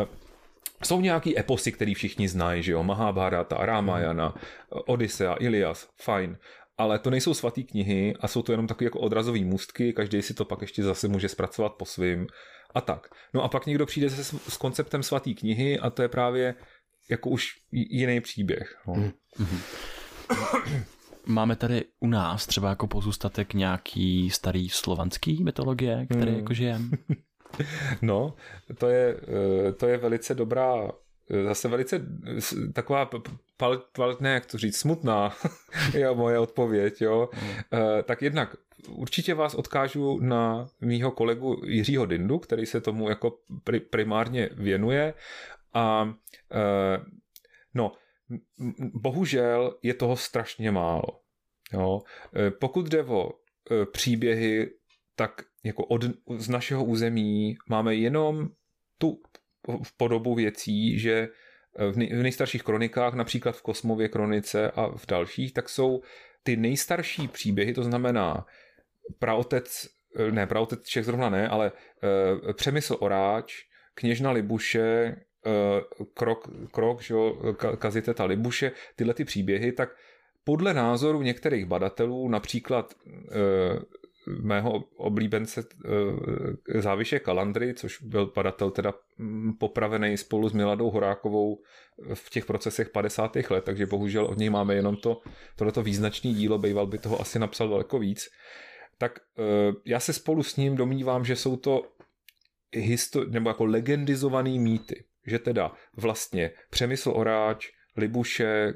Jsou nějaký eposy, který všichni znají, že jo? Mahabharata, Ramayana, Odyssea, Ilias, fajn. Ale to nejsou svatý knihy a jsou to jenom takové jako odrazové můstky, každý si to pak ještě zase může zpracovat po svým a tak. No a pak někdo přijde se s konceptem svatý knihy a to je právě jako už jiný příběh. No. Mm-hmm. máme tady u nás třeba jako pozůstatek nějaký starý slovanský mytologie, který hmm. jako žijeme? No, to je, to je velice dobrá, zase velice taková, pal, pal, ne, jak to říct, smutná je moje odpověď, jo. Hmm. Tak jednak určitě vás odkážu na mýho kolegu Jiřího Dindu, který se tomu jako primárně věnuje a no, bohužel je toho strašně málo. Jo. Pokud jde o příběhy, tak jako od, z našeho území máme jenom tu podobu věcí, že v, nej, v nejstarších kronikách, například v Kosmově kronice a v dalších, tak jsou ty nejstarší příběhy, to znamená praotec, ne, praotec Čech zrovna ne, ale uh, Přemysl Oráč, kněžna Libuše, uh, krok, krok že jo, kaziteta Libuše, tyhle ty příběhy, tak podle názoru některých badatelů, například uh, mého oblíbence Záviše Kalandry, což byl badatel teda popravený spolu s Miladou Horákovou v těch procesech padesátých let, takže bohužel od něj máme jenom to, tohleto význačné dílo, bejval by toho asi napsal daleko víc. Tak já se spolu s ním domnívám, že jsou to histo- nebo jako legendizovaný mýty, že teda vlastně Přemysl Oráč, Libuše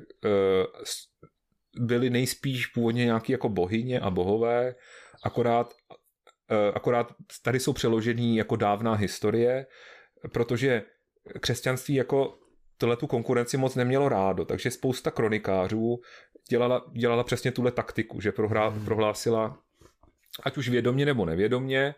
byly nejspíš původně nějaký jako bohyně a bohové, akorát, akorát tady jsou přeložený jako dávná historie, protože křesťanství jako tuhletu konkurenci moc nemělo rádo, takže spousta kronikářů dělala, dělala přesně tuhle taktiku, že prohrá, prohlásila, ať už vědomě nebo nevědomě,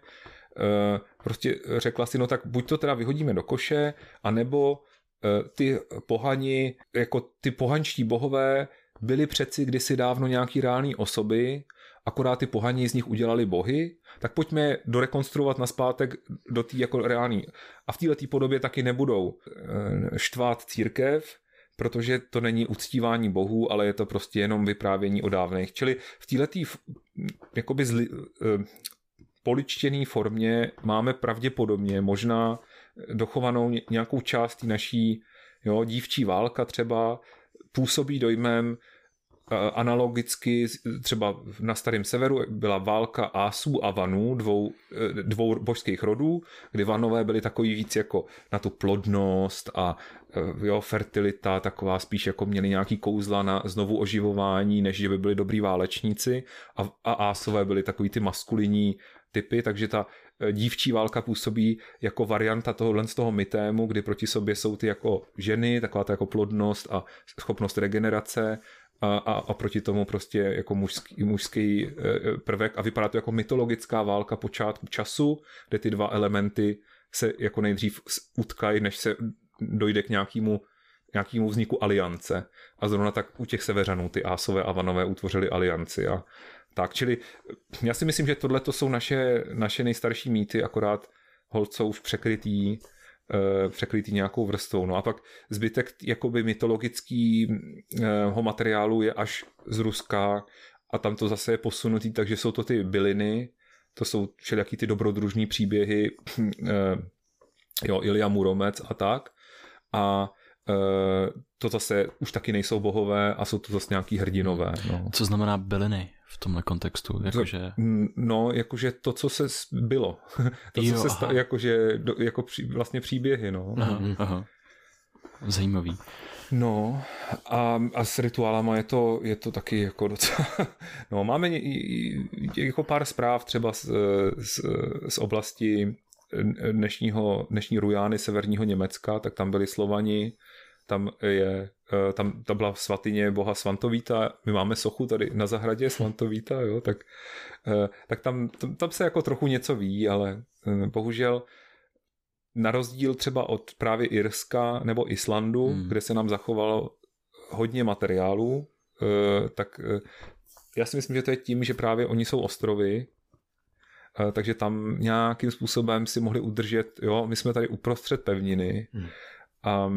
prostě řekla si, no tak buď to teda vyhodíme do koše, anebo ty pohani, jako ty pohančtí bohové byly přeci kdysi dávno nějaký reální osoby, akorát ty pohani z nich udělali bohy, tak pojďme dorekonstruovat naspátek do té jako reální. A v této podobě taky nebudou štvát církev, protože to není uctívání bohů, ale je to prostě jenom vyprávění o dávných. Čili v této jakoby zli, poličtěné formě máme pravděpodobně možná dochovanou nějakou část naší, jo, dívčí válka třeba působí dojmem analogicky třeba na Starém severu byla válka Ásů a Vanů, dvou, dvou božských rodů, kdy Vanové byli takový víc jako na tu plodnost a jo, fertilita, taková spíš jako měli nějaký kouzla na znovu oživování, než že by byli dobrý válečníci a, a Ásové byli takový ty maskulinní typy, takže ta dívčí válka působí jako varianta tohohle z toho mytému, kdy proti sobě jsou ty jako ženy, taková ta jako plodnost a schopnost regenerace a, a, a proti tomu prostě jako mužský, mužský prvek a vypadá to jako mytologická válka počátku času, kde ty dva elementy se jako nejdřív utkají, než se dojde k nějakému, nějakému vzniku aliance. A zrovna tak u těch severanů ty Ásové a Vanové utvořili alianci a tak, čili já si myslím, že tohle to jsou naše, naše nejstarší mýty, akorát holt jsou už překrytý, uh, překrytý nějakou vrstvou. No a pak zbytek jakoby mytologického materiálu je až z Ruska a tam to zase je posunutý, takže jsou to ty byliny, to jsou všelijaký ty dobrodružní příběhy, uh, jo, Ilja Muromec a tak. A uh, to zase už taky nejsou bohové a jsou to zase nějaký hrdinové. No. Co znamená byliny v tomhle kontextu? Jakože... No, jakože to, co se bylo. To, jo, co se stalo, jakože do, jako pří, vlastně příběhy, no. Aha, aha. Zajímavý. No, a, a s rituálama je to, je to taky jako docela... No, máme jako pár zpráv třeba z, z, z oblasti dnešního, dnešní Rujány severního Německa, tak tam byli Slovani, tam je, tam, tam byla svatyně boha Svantovíta, my máme sochu tady na zahradě Svantovíta, jo, tak, tak tam, tam, tam se jako trochu něco ví, ale bohužel na rozdíl třeba od právě Irska nebo Islandu, hmm. kde se nám zachovalo hodně materiálů, tak já si myslím, že to je tím, že právě oni jsou ostrovy, takže tam nějakým způsobem si mohli udržet, jo, my jsme tady uprostřed pevniny a,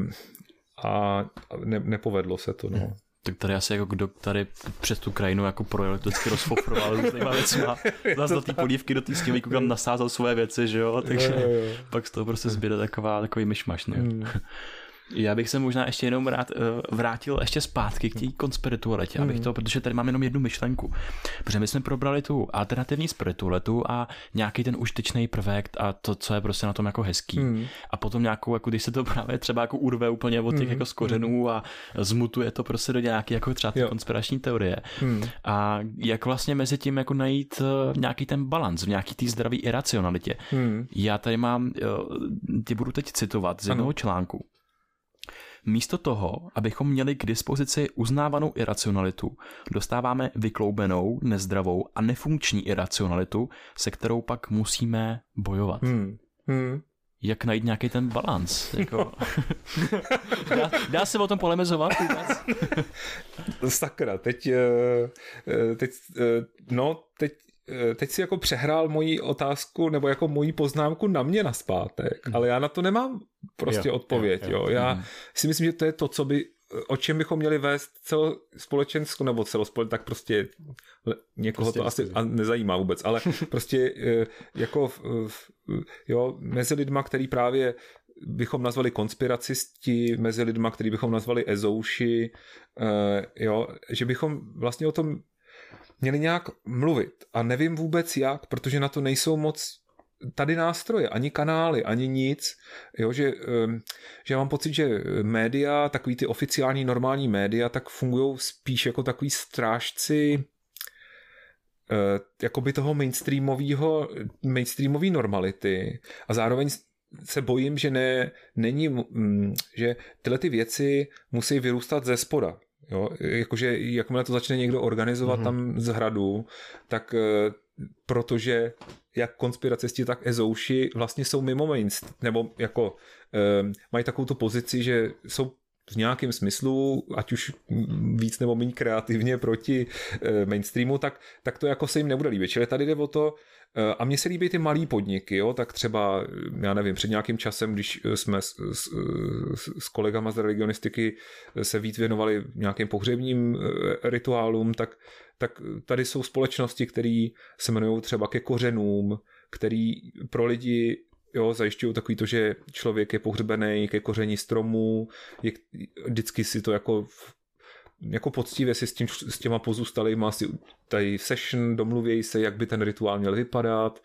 a ne, nepovedlo se to, no. Tak tady asi jako kdo tady přes tu krajinu jako projel, vždycky rozfofroval různýma věcma, zase do té polívky, do té stělíku, kam nasázal svoje věci, že jo, takže jo, jo, jo. Pak z toho prostě zbyde taková, takový myšmaš, no. Já bych se možná ještě jenom rád vrátil ještě zpátky k té konspiritualitě, abych to, protože tady mám jenom jednu myšlenku. Protože my jsme probrali tu alternativní spiritualitu a nějaký ten užitečný prvek a to, co je prostě na tom jako hezký. Hmm. A potom nějakou, jako když se to právě třeba jako urve úplně od těch hmm. jako z kořenů a zmutuje to prostě do nějaký jako třeba ty konspirační teorie. Hmm. A jak vlastně mezi tím jako najít nějaký ten balans v nějaký té zdravé iracionalitě. Hmm. Já tady mám, ty budu teď citovat z jednoho ano. článku. Místo toho, abychom měli k dispozici uznávanou iracionalitu, dostáváme vykloubenou, nezdravou a nefunkční iracionalitu, se kterou pak musíme bojovat. Hmm. Hmm. Jak najít nějaký ten balans? Jako... dá, dá se o tom polemizovat? Sakra, teď, teď, no, teď teď si jako přehrál moji otázku nebo jako moji poznámku na mě naspátek, mm. ale já na to nemám prostě jo, odpověď. Jo, jo. Jo. Já mm. si myslím, že to je to, co by, o čem bychom měli vést celospolečenskou nebo celospolečenskou, tak prostě někoho prostě to asi a nezajímá vůbec, ale prostě jako jo, mezi lidma, který právě bychom nazvali konspiracisti, mezi lidma, který bychom nazvali ezouši, jo, že bychom vlastně o tom měli nějak mluvit a nevím vůbec jak, protože na to nejsou moc tady nástroje, ani kanály, ani nic, jo, že, že já mám pocit, že média, takový ty oficiální normální média, tak fungují spíš jako takový strážci jakoby toho mainstreamového, mainstreamové normality a zároveň se bojím, že ne, není, že tyhle ty věci musí vyrůstat ze spoda. Jo, jakože jakmile to začne někdo organizovat mm-hmm. tam z hradu, tak protože jak konspiracisti, tak ezouši vlastně jsou mimo mainstream, nebo jako eh, mají takovou tu pozici, že jsou v nějakém smyslu, ať už víc nebo méně kreativně proti eh, mainstreamu, tak, tak to jako se jim nebude líbit. Čili tady jde o to, eh, a mně se líbí ty malý podniky, jo, tak třeba, já nevím, před nějakým časem, když jsme s, s, s kolegama z religionistiky se víc věnovali nějakým pohřebním eh, rituálům, tak, tak tady jsou společnosti, které se jmenují třeba Ke kořenům, který pro lidi jo, zajišťují takový to, že člověk je pohřbený ke koření stromů, je, vždycky si to jako, jako poctivě si s, tím, s těma pozůstalýma si tady session, domluvějí se, jak by ten rituál měl vypadat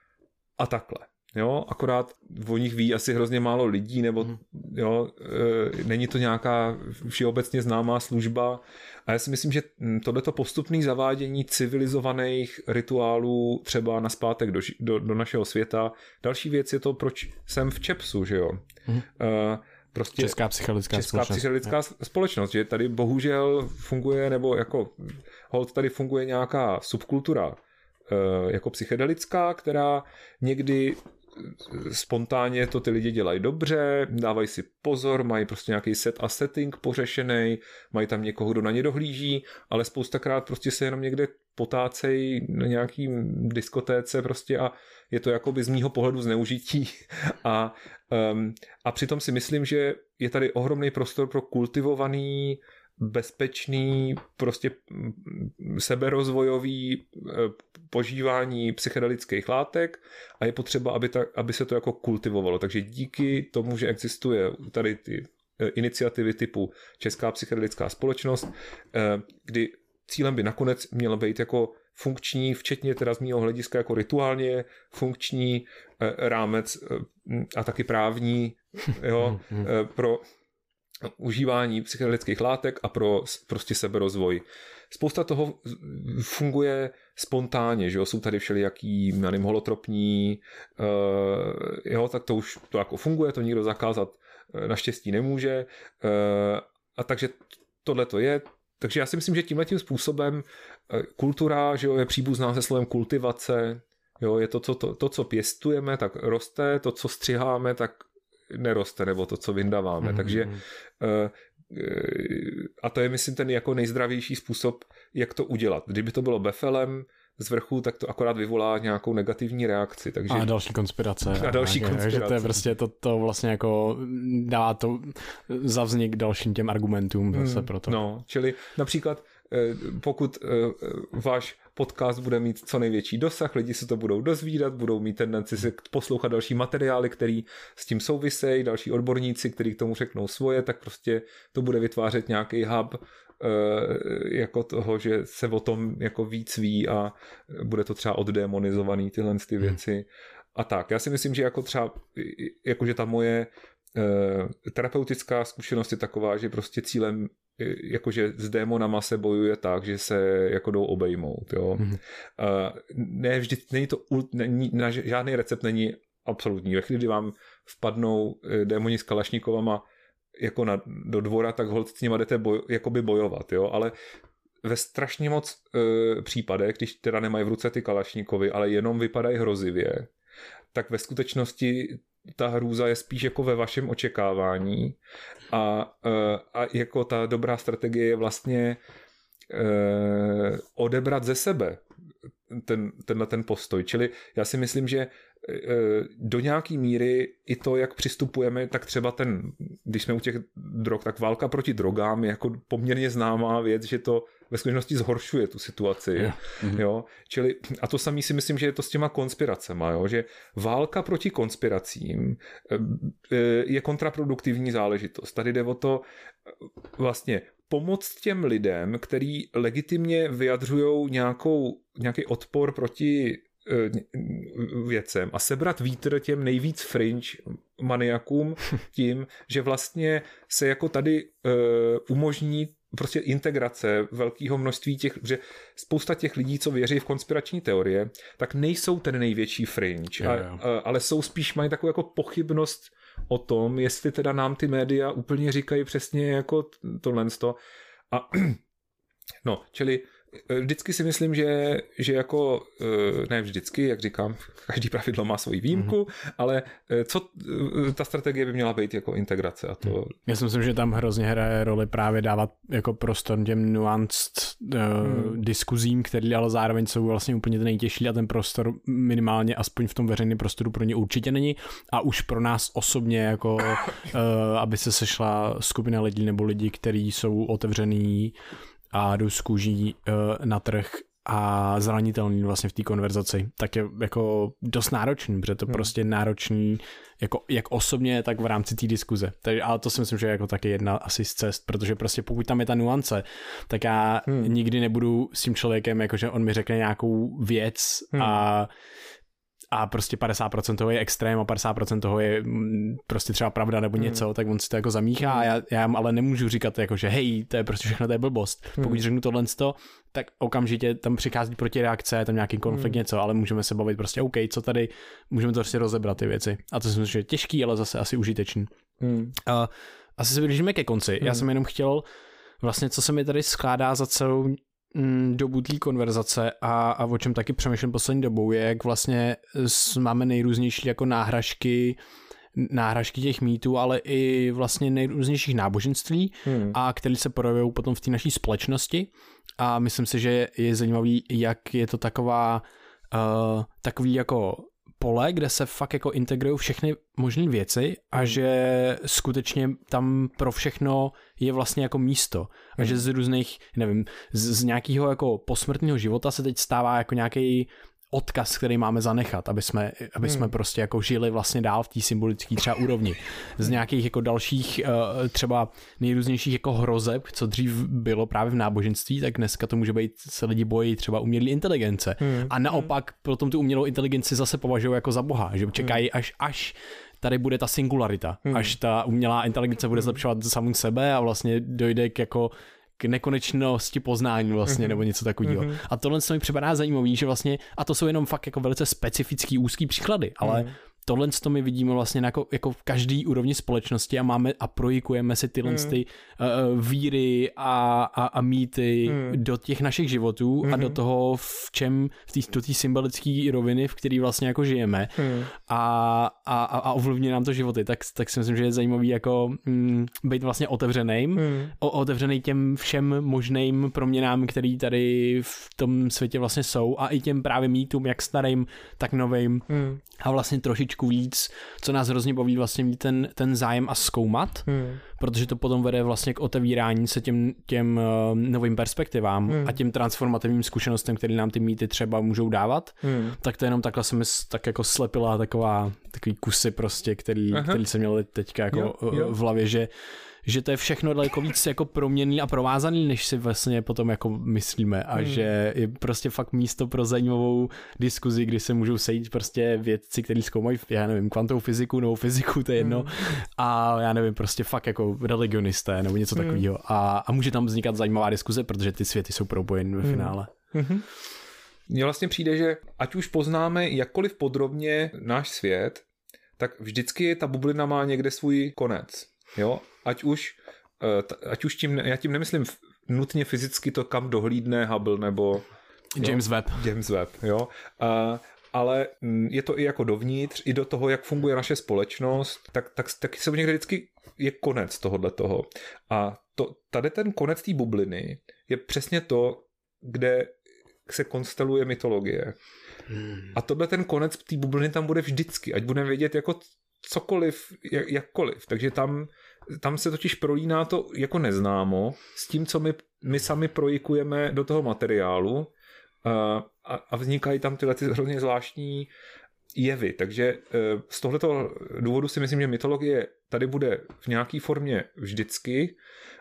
a takhle. Jo, akorát o nich ví asi hrozně málo lidí, nebo mm. jo, e, není to nějaká všeobecně známá služba. A já si myslím, že tohleto postupné zavádění civilizovaných rituálů třeba naspátek do, do, do našeho světa. Další věc je to, proč jsem v ČEPSu, že jo. Mm. E, prostě Česká psychedelická Česká společnost. psychedelická společnost, že tady bohužel funguje, nebo jako hold tady funguje nějaká subkultura e, jako psychedelická, která někdy spontánně to ty lidi dělají dobře, dávají si pozor, mají prostě nějaký set a setting pořešený, mají tam někoho, kdo na ně dohlíží, ale spoustakrát prostě se jenom někde potácejí na nějaký diskotéce prostě a je to jakoby z mýho pohledu zneužití a, um, a přitom si myslím, že je tady ohromný prostor pro kultivovaný bezpečný, prostě seberozvojový požívání psychedelických látek a je potřeba, aby, ta, aby se to jako kultivovalo. Takže díky tomu, že existuje tady ty iniciativy typu Česká psychedelická společnost, kdy cílem by nakonec mělo být jako funkční, včetně teda z mýho hlediska jako rituálně funkční rámec a taky právní, jo, pro užívání psychedelických látek a pro prostě seberozvoj. Spousta toho funguje spontánně, že jo, jsou tady všelijaký, já nevím, holotropní, uh, jo, tak to už to jako funguje, to nikdo zakázat uh, naštěstí nemůže uh, a takže tohle to je, takže já si myslím, že tímhletím způsobem uh, kultura, že jo, je příbuzná se slovem kultivace, jo, je to, co, to, to, co pěstujeme, tak roste, to, co střiháme, tak neroste, nebo to, co vyndáváme. Mm-hmm. Takže a to je, myslím, ten jako nejzdravější způsob, jak to udělat. Kdyby to bylo befelem z vrchu, tak to akorát vyvolá nějakou negativní reakci. Takže... A další konspirace. A další nějaké, konspirace. Takže to je prostě to, to vlastně jako dává to za vznik dalším těm argumentům zase mm, pro to. No, čili například pokud váš podcast bude mít co největší dosah, lidi se to budou dozvídat, budou mít tendenci si poslouchat další materiály, který s tím souvisejí, další odborníci, kteří k tomu řeknou svoje, tak prostě to bude vytvářet nějaký hub jako toho, že se o tom jako víc ví a bude to třeba oddemonizovaný tyhle ty věci. A tak, já si myslím, že jako třeba, jakože ta moje e, terapeutická zkušenost je taková, že prostě cílem, jakože s démonama se bojuje tak, že se jako jdou obejmout, jo. Mm-hmm. E, ne vždy, není to, není, na žádný recept není absolutní. Ve chvíli, kdy vám vpadnou démoni s kalašnikovama jako na, do dvora, tak holt s nima jdete boj, jakoby bojovat, jo, ale ve strašně moc e, případech, když teda nemají v ruce ty kalašnikovy, ale jenom vypadají hrozivě, tak ve skutečnosti ta hrůza je spíš jako ve vašem očekávání a, a jako ta dobrá strategie je vlastně eh, odebrat ze sebe ten, tenhle ten postoj. Čili já si myslím, že eh, do nějaký míry i to, jak přistupujeme, tak třeba ten, když jsme u těch drog, tak válka proti drogám je jako poměrně známá věc, že to ve skutečnosti zhoršuje tu situaci. Yeah. Mm-hmm. Jo? Čili, a to samý si myslím, že je to s těma konspiracema, jo? Že válka proti konspiracím je kontraproduktivní záležitost. Tady jde o to vlastně pomoct těm lidem, který legitimně vyjadřují nějakou, nějaký odpor proti věcem a sebrat vítr těm nejvíc fringe maniakům tím, že vlastně se jako tady uh, umožní prostě integrace velkého množství těch, že spousta těch lidí, co věří v konspirační teorie, tak nejsou ten největší fringe, a, a, ale jsou spíš, mají takovou jako pochybnost o tom, jestli teda nám ty média úplně říkají přesně jako tohle. A no, čili vždycky si myslím, že, že jako, ne vždycky, jak říkám, každý pravidlo má svoji výjimku, mm-hmm. ale co ta strategie by měla být jako integrace a to... Já si myslím, že tam hrozně hraje roli právě dávat jako prostor těm nuanced uh, mm. diskuzím, které ale zároveň jsou vlastně úplně nejtěžší a ten prostor minimálně aspoň v tom veřejném prostoru pro ně určitě není a už pro nás osobně jako, uh, aby se sešla skupina lidí nebo lidí, kteří jsou otevřený a jdou z kůží uh, na trh a zranitelný vlastně v té konverzaci, tak je jako dost náročný, protože to hmm. prostě náročný jako jak osobně, tak v rámci té diskuze. Takže, ale to si myslím, že je jako taky jedna asi z cest, protože prostě pokud tam je ta nuance, tak já hmm. nikdy nebudu s tím člověkem, jakože on mi řekne nějakou věc hmm. a a prostě padesát procent toho je extrém a padesát procent toho je prostě třeba pravda nebo něco, hmm. tak on si to jako zamíchá a já, já ale nemůžu říkat jako, že hej, to je prostě všechno, to je blbost. Hmm. Pokud řeknu tohle, tak okamžitě tam přichází protireakce, je tam nějaký konflikt, hmm. něco, ale můžeme se bavit prostě OK, co tady, můžeme to prostě rozebrat ty věci. A to si myslím, že je těžký, ale zase asi užitečný. Hmm. Uh, asi se blížíme ke konci. Hmm. Já jsem jenom chtěl vlastně, co se mi tady skládá za celou dobu té konverzace a, a o čem taky přemýšlím poslední dobou je, jak vlastně máme nejrůznější jako náhražky náhražky těch mýtů, ale i vlastně nejrůznějších náboženství hmm. a které se projevují potom v té naší společnosti a myslím si, že je zajímavý, jak je to taková uh, takový jako pole, kde se fakt jako integrují všechny možné věci a že skutečně tam pro všechno je vlastně jako místo a že z různých, nevím, z, z nějakého jako posmrtného života se teď stává jako nějaký odkaz, který máme zanechat, aby jsme, aby jsme hmm. prostě jako žili vlastně dál v té symbolické třeba úrovni. Z nějakých jako dalších třeba nejrůznějších jako hrozeb, co dřív bylo právě v náboženství, tak dneska to může být, se lidi bojí třeba umělé inteligence. Hmm. A naopak potom tu umělou inteligenci zase považují jako za boha, že čekají až až tady bude ta singularita, hmm. až ta umělá inteligence bude zlepšovat samou sebe a vlastně dojde k jako k nekonečnosti poznání vlastně, mm-hmm. nebo něco takového. Mm-hmm. A tohle se mi připadá zajímavý, že vlastně, a to jsou jenom fakt jako velice specifický úzký příklady, ale mm. tohle to my vidíme vlastně jako, jako v každý úrovni společnosti a máme a projikujeme si tyhle mm. ty uh, víry a, a, a mýty mm. do těch našich životů mm. a do toho, v čem, v tý, do té symbolické roviny, v který vlastně jako žijeme mm. a, a, a ovlivňuje nám to životy, tak, tak si myslím, že je zajímavý jako mm, být vlastně otevřeným, mm. o, otevřený těm všem možným proměnám, který tady v tom světě vlastně jsou a i těm právě mýtům, jak starým, tak novým mm. a vlastně trošičku trošičku víc, co nás hrozně baví vlastně mít ten, ten zájem a zkoumat, hmm. protože to potom vede vlastně k otevírání se těm, těm uh, novým perspektivám hmm. a těm transformativním zkušenostem, které nám ty mýty třeba můžou dávat, hmm. tak to jenom takhle se mi tak jako slepila taková, takový kusy prostě, který, který jsem měl teďka jako jo, jo. v hlavě, že že to je všechno daleko víc jako proměnný a provázaný, než si vlastně potom jako myslíme a hmm. že je prostě fakt místo pro zajímavou diskuzi, kdy se můžou sejít prostě vědci, kteří zkoumají, já nevím, kvantovou fyziku, novou fyziku, to je jedno, hmm. a já nevím, prostě fakt jako religionisté nebo něco hmm. takového a, a může tam vznikat zajímavá diskuze, protože ty světy jsou propojené ve finále. Hmm. Mně vlastně přijde, že ať už poznáme jakkoliv podrobně náš svět, tak vždycky ta bublina má někde svůj konec. Jo? Ať už, ať už tím, já tím nemyslím nutně fyzicky to, kam dohlídne Hubble nebo James jo, Webb. James Webb, jo. A, ale je to i jako dovnitř, i do toho, jak funguje naše společnost, tak, tak, tak se někde vždycky je konec tohohle toho. A to, tady ten konec té bubliny je přesně to, kde se konsteluje mytologie. Hmm. A tohle ten konec té bubliny tam bude vždycky, ať budeme vědět jako cokoliv, jak, jakkoliv. Takže tam, tam se totiž prolíná to jako neznámo s tím, co my, my sami projikujeme do toho materiálu a, a, a vznikají tam tyhle ty hrozně zvláštní jevy. Takže z tohletoho důvodu si myslím, že mytologie tady bude v nějaké formě vždycky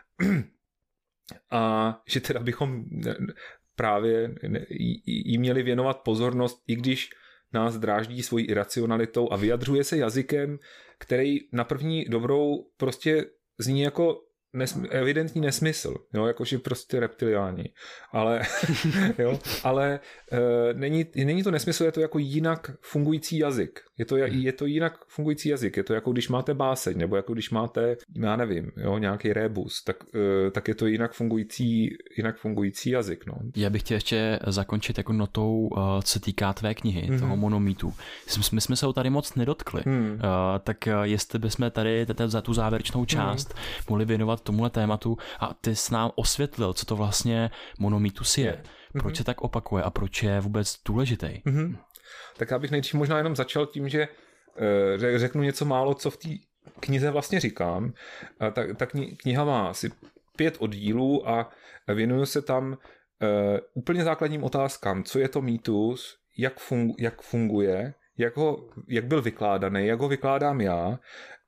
a že teda bychom právě jí měli věnovat pozornost, i když nás dráždí svojí iracionalitou a vyjadřuje se jazykem, který na první dobrou prostě zní jako nesm- evidentní nesmysl, jo, jakože prostě reptiliáni. Ale, jo, ale e, není, není to nesmysl, je to jako jinak fungující jazyk. Je to, je to jinak fungující jazyk. Je to jako když máte báseň, nebo jako když máte, já nevím, jo, nějaký rébus, tak, e, tak je to jinak fungující, jinak fungující jazyk. No. Já bych chtěl ještě zakončit jako notou, co se týká tvé knihy, mm-hmm. toho monomýtu. My jsme se ho tady moc nedotkli, mm. tak jestli bychom tady za tu závěrečnou část mm. mohli věnovat tomuhle tématu a ty jsi nám osvětlil, co to vlastně monomýtus je. je. Proč mm-hmm. se tak opakuje a proč je vůbec důležitý? Mm-hmm. Tak já bych nejdřív možná jenom začal tím, že uh, řeknu něco málo, co v té knize vlastně říkám. Uh, ta, ta kniha má asi pět oddílů a věnuje se tam uh, úplně základním otázkám. Co je to mýtus, jak, fungu, jak funguje, jak, ho, jak byl vykládaný, jak ho vykládám já uh,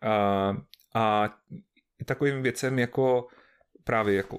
a takovým věcem jako právě jako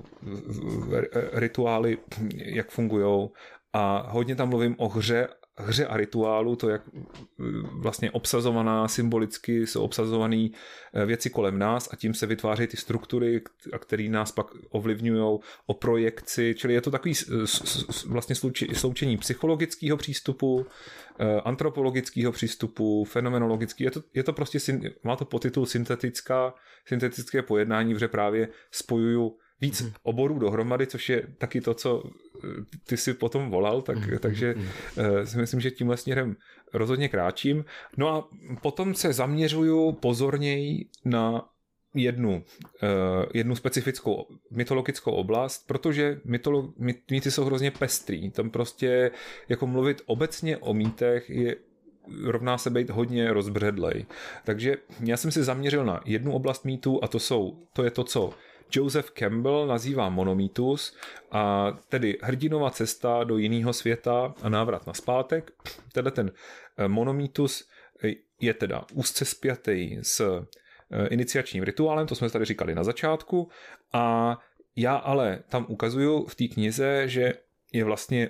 rituály, jak fungujou a hodně tam mluvím o hře, hře a rituálu, to jak vlastně obsazovaná symbolicky jsou obsazované věci kolem nás a tím se vytváří ty struktury, které nás pak ovlivňují, o projekci, čili je to takový vlastně sloučení psychologického přístupu, antropologického přístupu, fenomenologický, je to, je to prostě, má to podtitul syntetická, syntetické pojednání, protože právě spojuju víc mm. oborů dohromady, což je taky to, co ty si potom volal, tak, mm. takže mm. Uh, si myslím, že tímhle směrem rozhodně kráčím. No a potom se zaměřuju pozorněji na jednu, uh, jednu specifickou mytologickou oblast, protože mytolo- mýty jsou hrozně pestrý. Tam prostě jako mluvit obecně o mýtech je rovná se být hodně rozbředlej. Takže já jsem si zaměřil na jednu oblast mýtů a to jsou, to je to, co Joseph Campbell nazývá monomýtus, a tedy hrdinová cesta do jiného světa a návrat nazpátek. Teda ten monomýtus je teda úzce spjatý s iniciačním rituálem, to jsme tady říkali na začátku, a já ale tam ukazuju v té knize, že je vlastně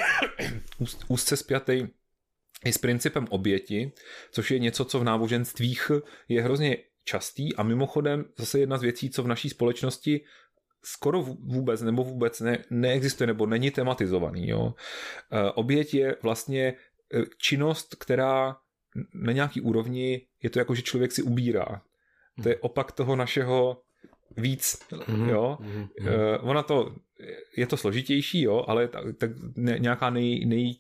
úzce spjatý i s principem oběti, což je něco, co v náboženstvích je hrozně častý a mimochodem zase jedna z věcí, co v naší společnosti skoro vůbec nebo vůbec ne, neexistuje nebo není tematizovaný. Jo. Oběť je vlastně činnost, která na nějaký úrovni je to jako, že člověk si ubírá. To je opak toho našeho víc. Jo. Ona to, je to složitější, jo, ale tak, tak nějaká nej, nej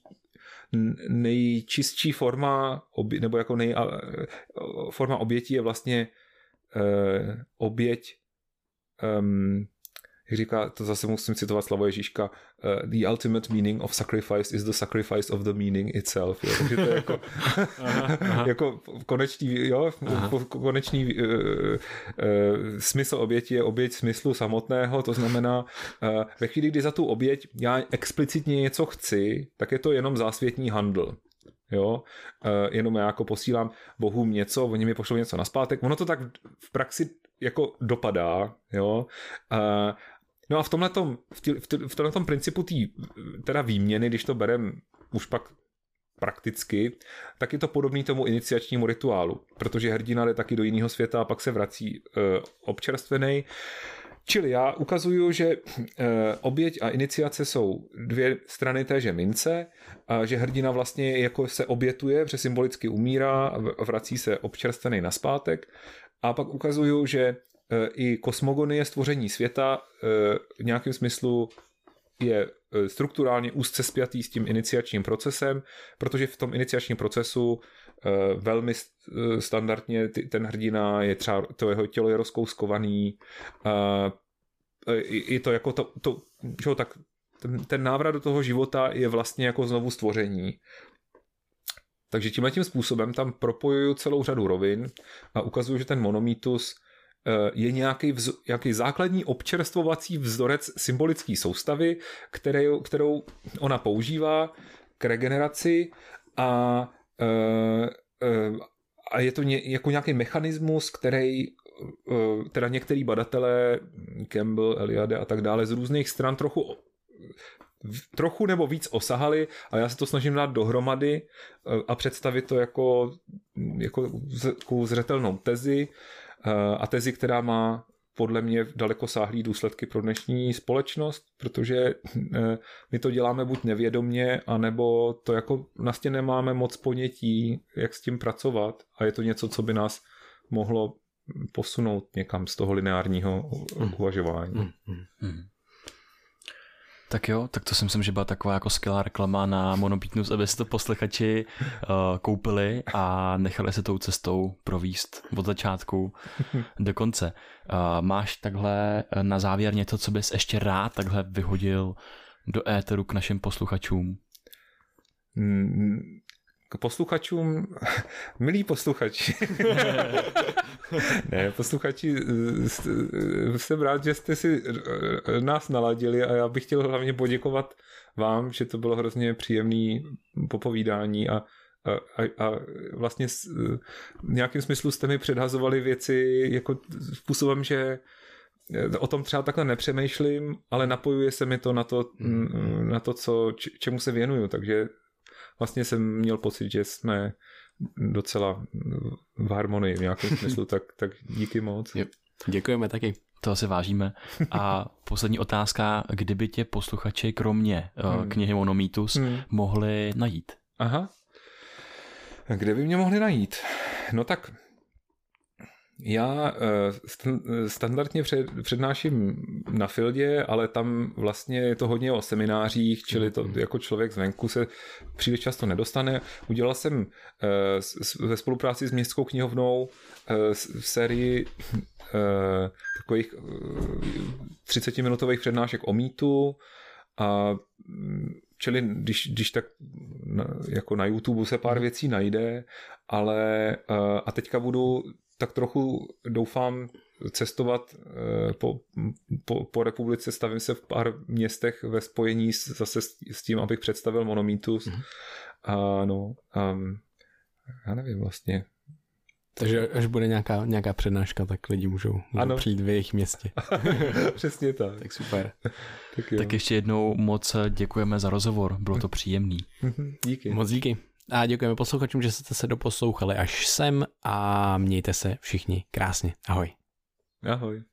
nejčistší forma obě, nebo jako nej, forma oběti je vlastně uh, oběť um, jak říká, to zase musím citovat Slavo Ježíška, uh, the ultimate meaning of sacrifice is the sacrifice of the meaning itself. Jo? Takže to je jako, aha, aha. jako konečný, jo, konečný uh, uh, smysl oběti je oběť smyslu samotného, to znamená, uh, ve chvíli, kdy za tu oběť já explicitně něco chci, tak je to jenom zásvětní handl. Jo, uh, jenom já jako posílám bohům něco, oni mi pošlou něco nazpátek, ono to tak v praxi jako dopadá, jo. Uh, no a v tomhletom, v tomhletom principu té teda výměny, když to berem už pak prakticky, tak je to podobný tomu iniciačnímu rituálu, protože hrdina jde taky do jiného světa a pak se vrací uh, občerstvenej. Čili já ukazuju, že e, oběť a iniciace jsou dvě strany téže mince, a že hrdina vlastně jako se obětuje, protože symbolicky umírá a vrací se občerstvený nazpátek. A pak ukazuju, že e, i kosmogonie stvoření světa e, v nějakém smyslu je strukturálně úzce spjatý s tím iniciačním procesem, protože v tom iniciačním procesu velmi standardně ten hrdina je třeba, to jeho tělo je rozkouskovaný, i to jako to, to že tak ten, ten návrat do toho života je vlastně jako znovu stvoření. Takže tímhletím způsobem tam propojuju celou řadu rovin a ukazuju, že ten monomýtus je nějaký, vz, nějaký základní občerstvovací vzorec symbolické soustavy, kterou, kterou ona používá k regeneraci a, a je to ně, jako nějaký mechanismus, který teda některý badatelé, Campbell, Eliade a tak dále, z různých stran trochu trochu nebo víc osahali, ale já se to snažím dát dohromady a představit to jako, jako zřetelnou tezi a tezi, která má podle mě dalekosáhlý důsledky pro dnešní společnost, protože my to děláme buď nevědomně, anebo to jako vlastně nemáme moc ponětí, jak s tím pracovat a je to něco, co by nás mohlo posunout někam z toho lineárního uvažování. Mm, mm, mm. Tak jo, tak to si myslím, že byla taková jako skvělá reklama na Monomýtus, aby si to posluchači uh, koupili a nechali se tou cestou províst od začátku do konce. Uh, máš takhle na závěr něco, co bys ještě rád takhle vyhodil do éteru k našim posluchačům? Mm, k posluchačům, milí posluchači. Ne, posluchači, jsem rád, že jste si nás naladili a já bych chtěl hlavně poděkovat vám, že to bylo hrozně příjemné popovídání a, a, a vlastně v nějakém smyslu jste mi předhazovali věci jako způsobem, že o tom třeba takhle nepřemýšlím, ale napojuje se mi to na to, na to co, čemu se věnuju, takže vlastně jsem měl pocit, že jsme docela v harmonii v nějakém smyslu, tak, tak díky moc. Yep. Děkujeme taky. To asi vážíme. A poslední otázka, kdyby tě posluchači kromě hmm. knihy Monomýtus hmm. mohli najít? Aha. Kde by mě mohli najít? No tak já standardně přednáším na Fieldě, ale tam vlastně je to hodně o seminářích, čili to jako člověk zvenku se příliš často nedostane. Udělal jsem ve spolupráci s Městskou knihovnou v sérii takových třicetiminutových přednášek o mýtu a čili když, když tak jako na YouTube se pár věcí najde, ale a teďka budu tak trochu doufám cestovat po, po, po republice, stavím se v pár městech ve spojení s, zase s tím, abych představil Monomýtus. Mm-hmm. A no, um, já nevím vlastně. Takže až bude nějaká, nějaká přednáška, tak lidi můžou, můžou přijít v jejich městě. Přesně tak. Tak super. tak, tak ještě jednou moc děkujeme za rozhovor, bylo to příjemný. Díky. Moc díky. A děkujeme posluchačům, že jste se doposlouchali až sem a mějte se všichni krásně. Ahoj. Ahoj.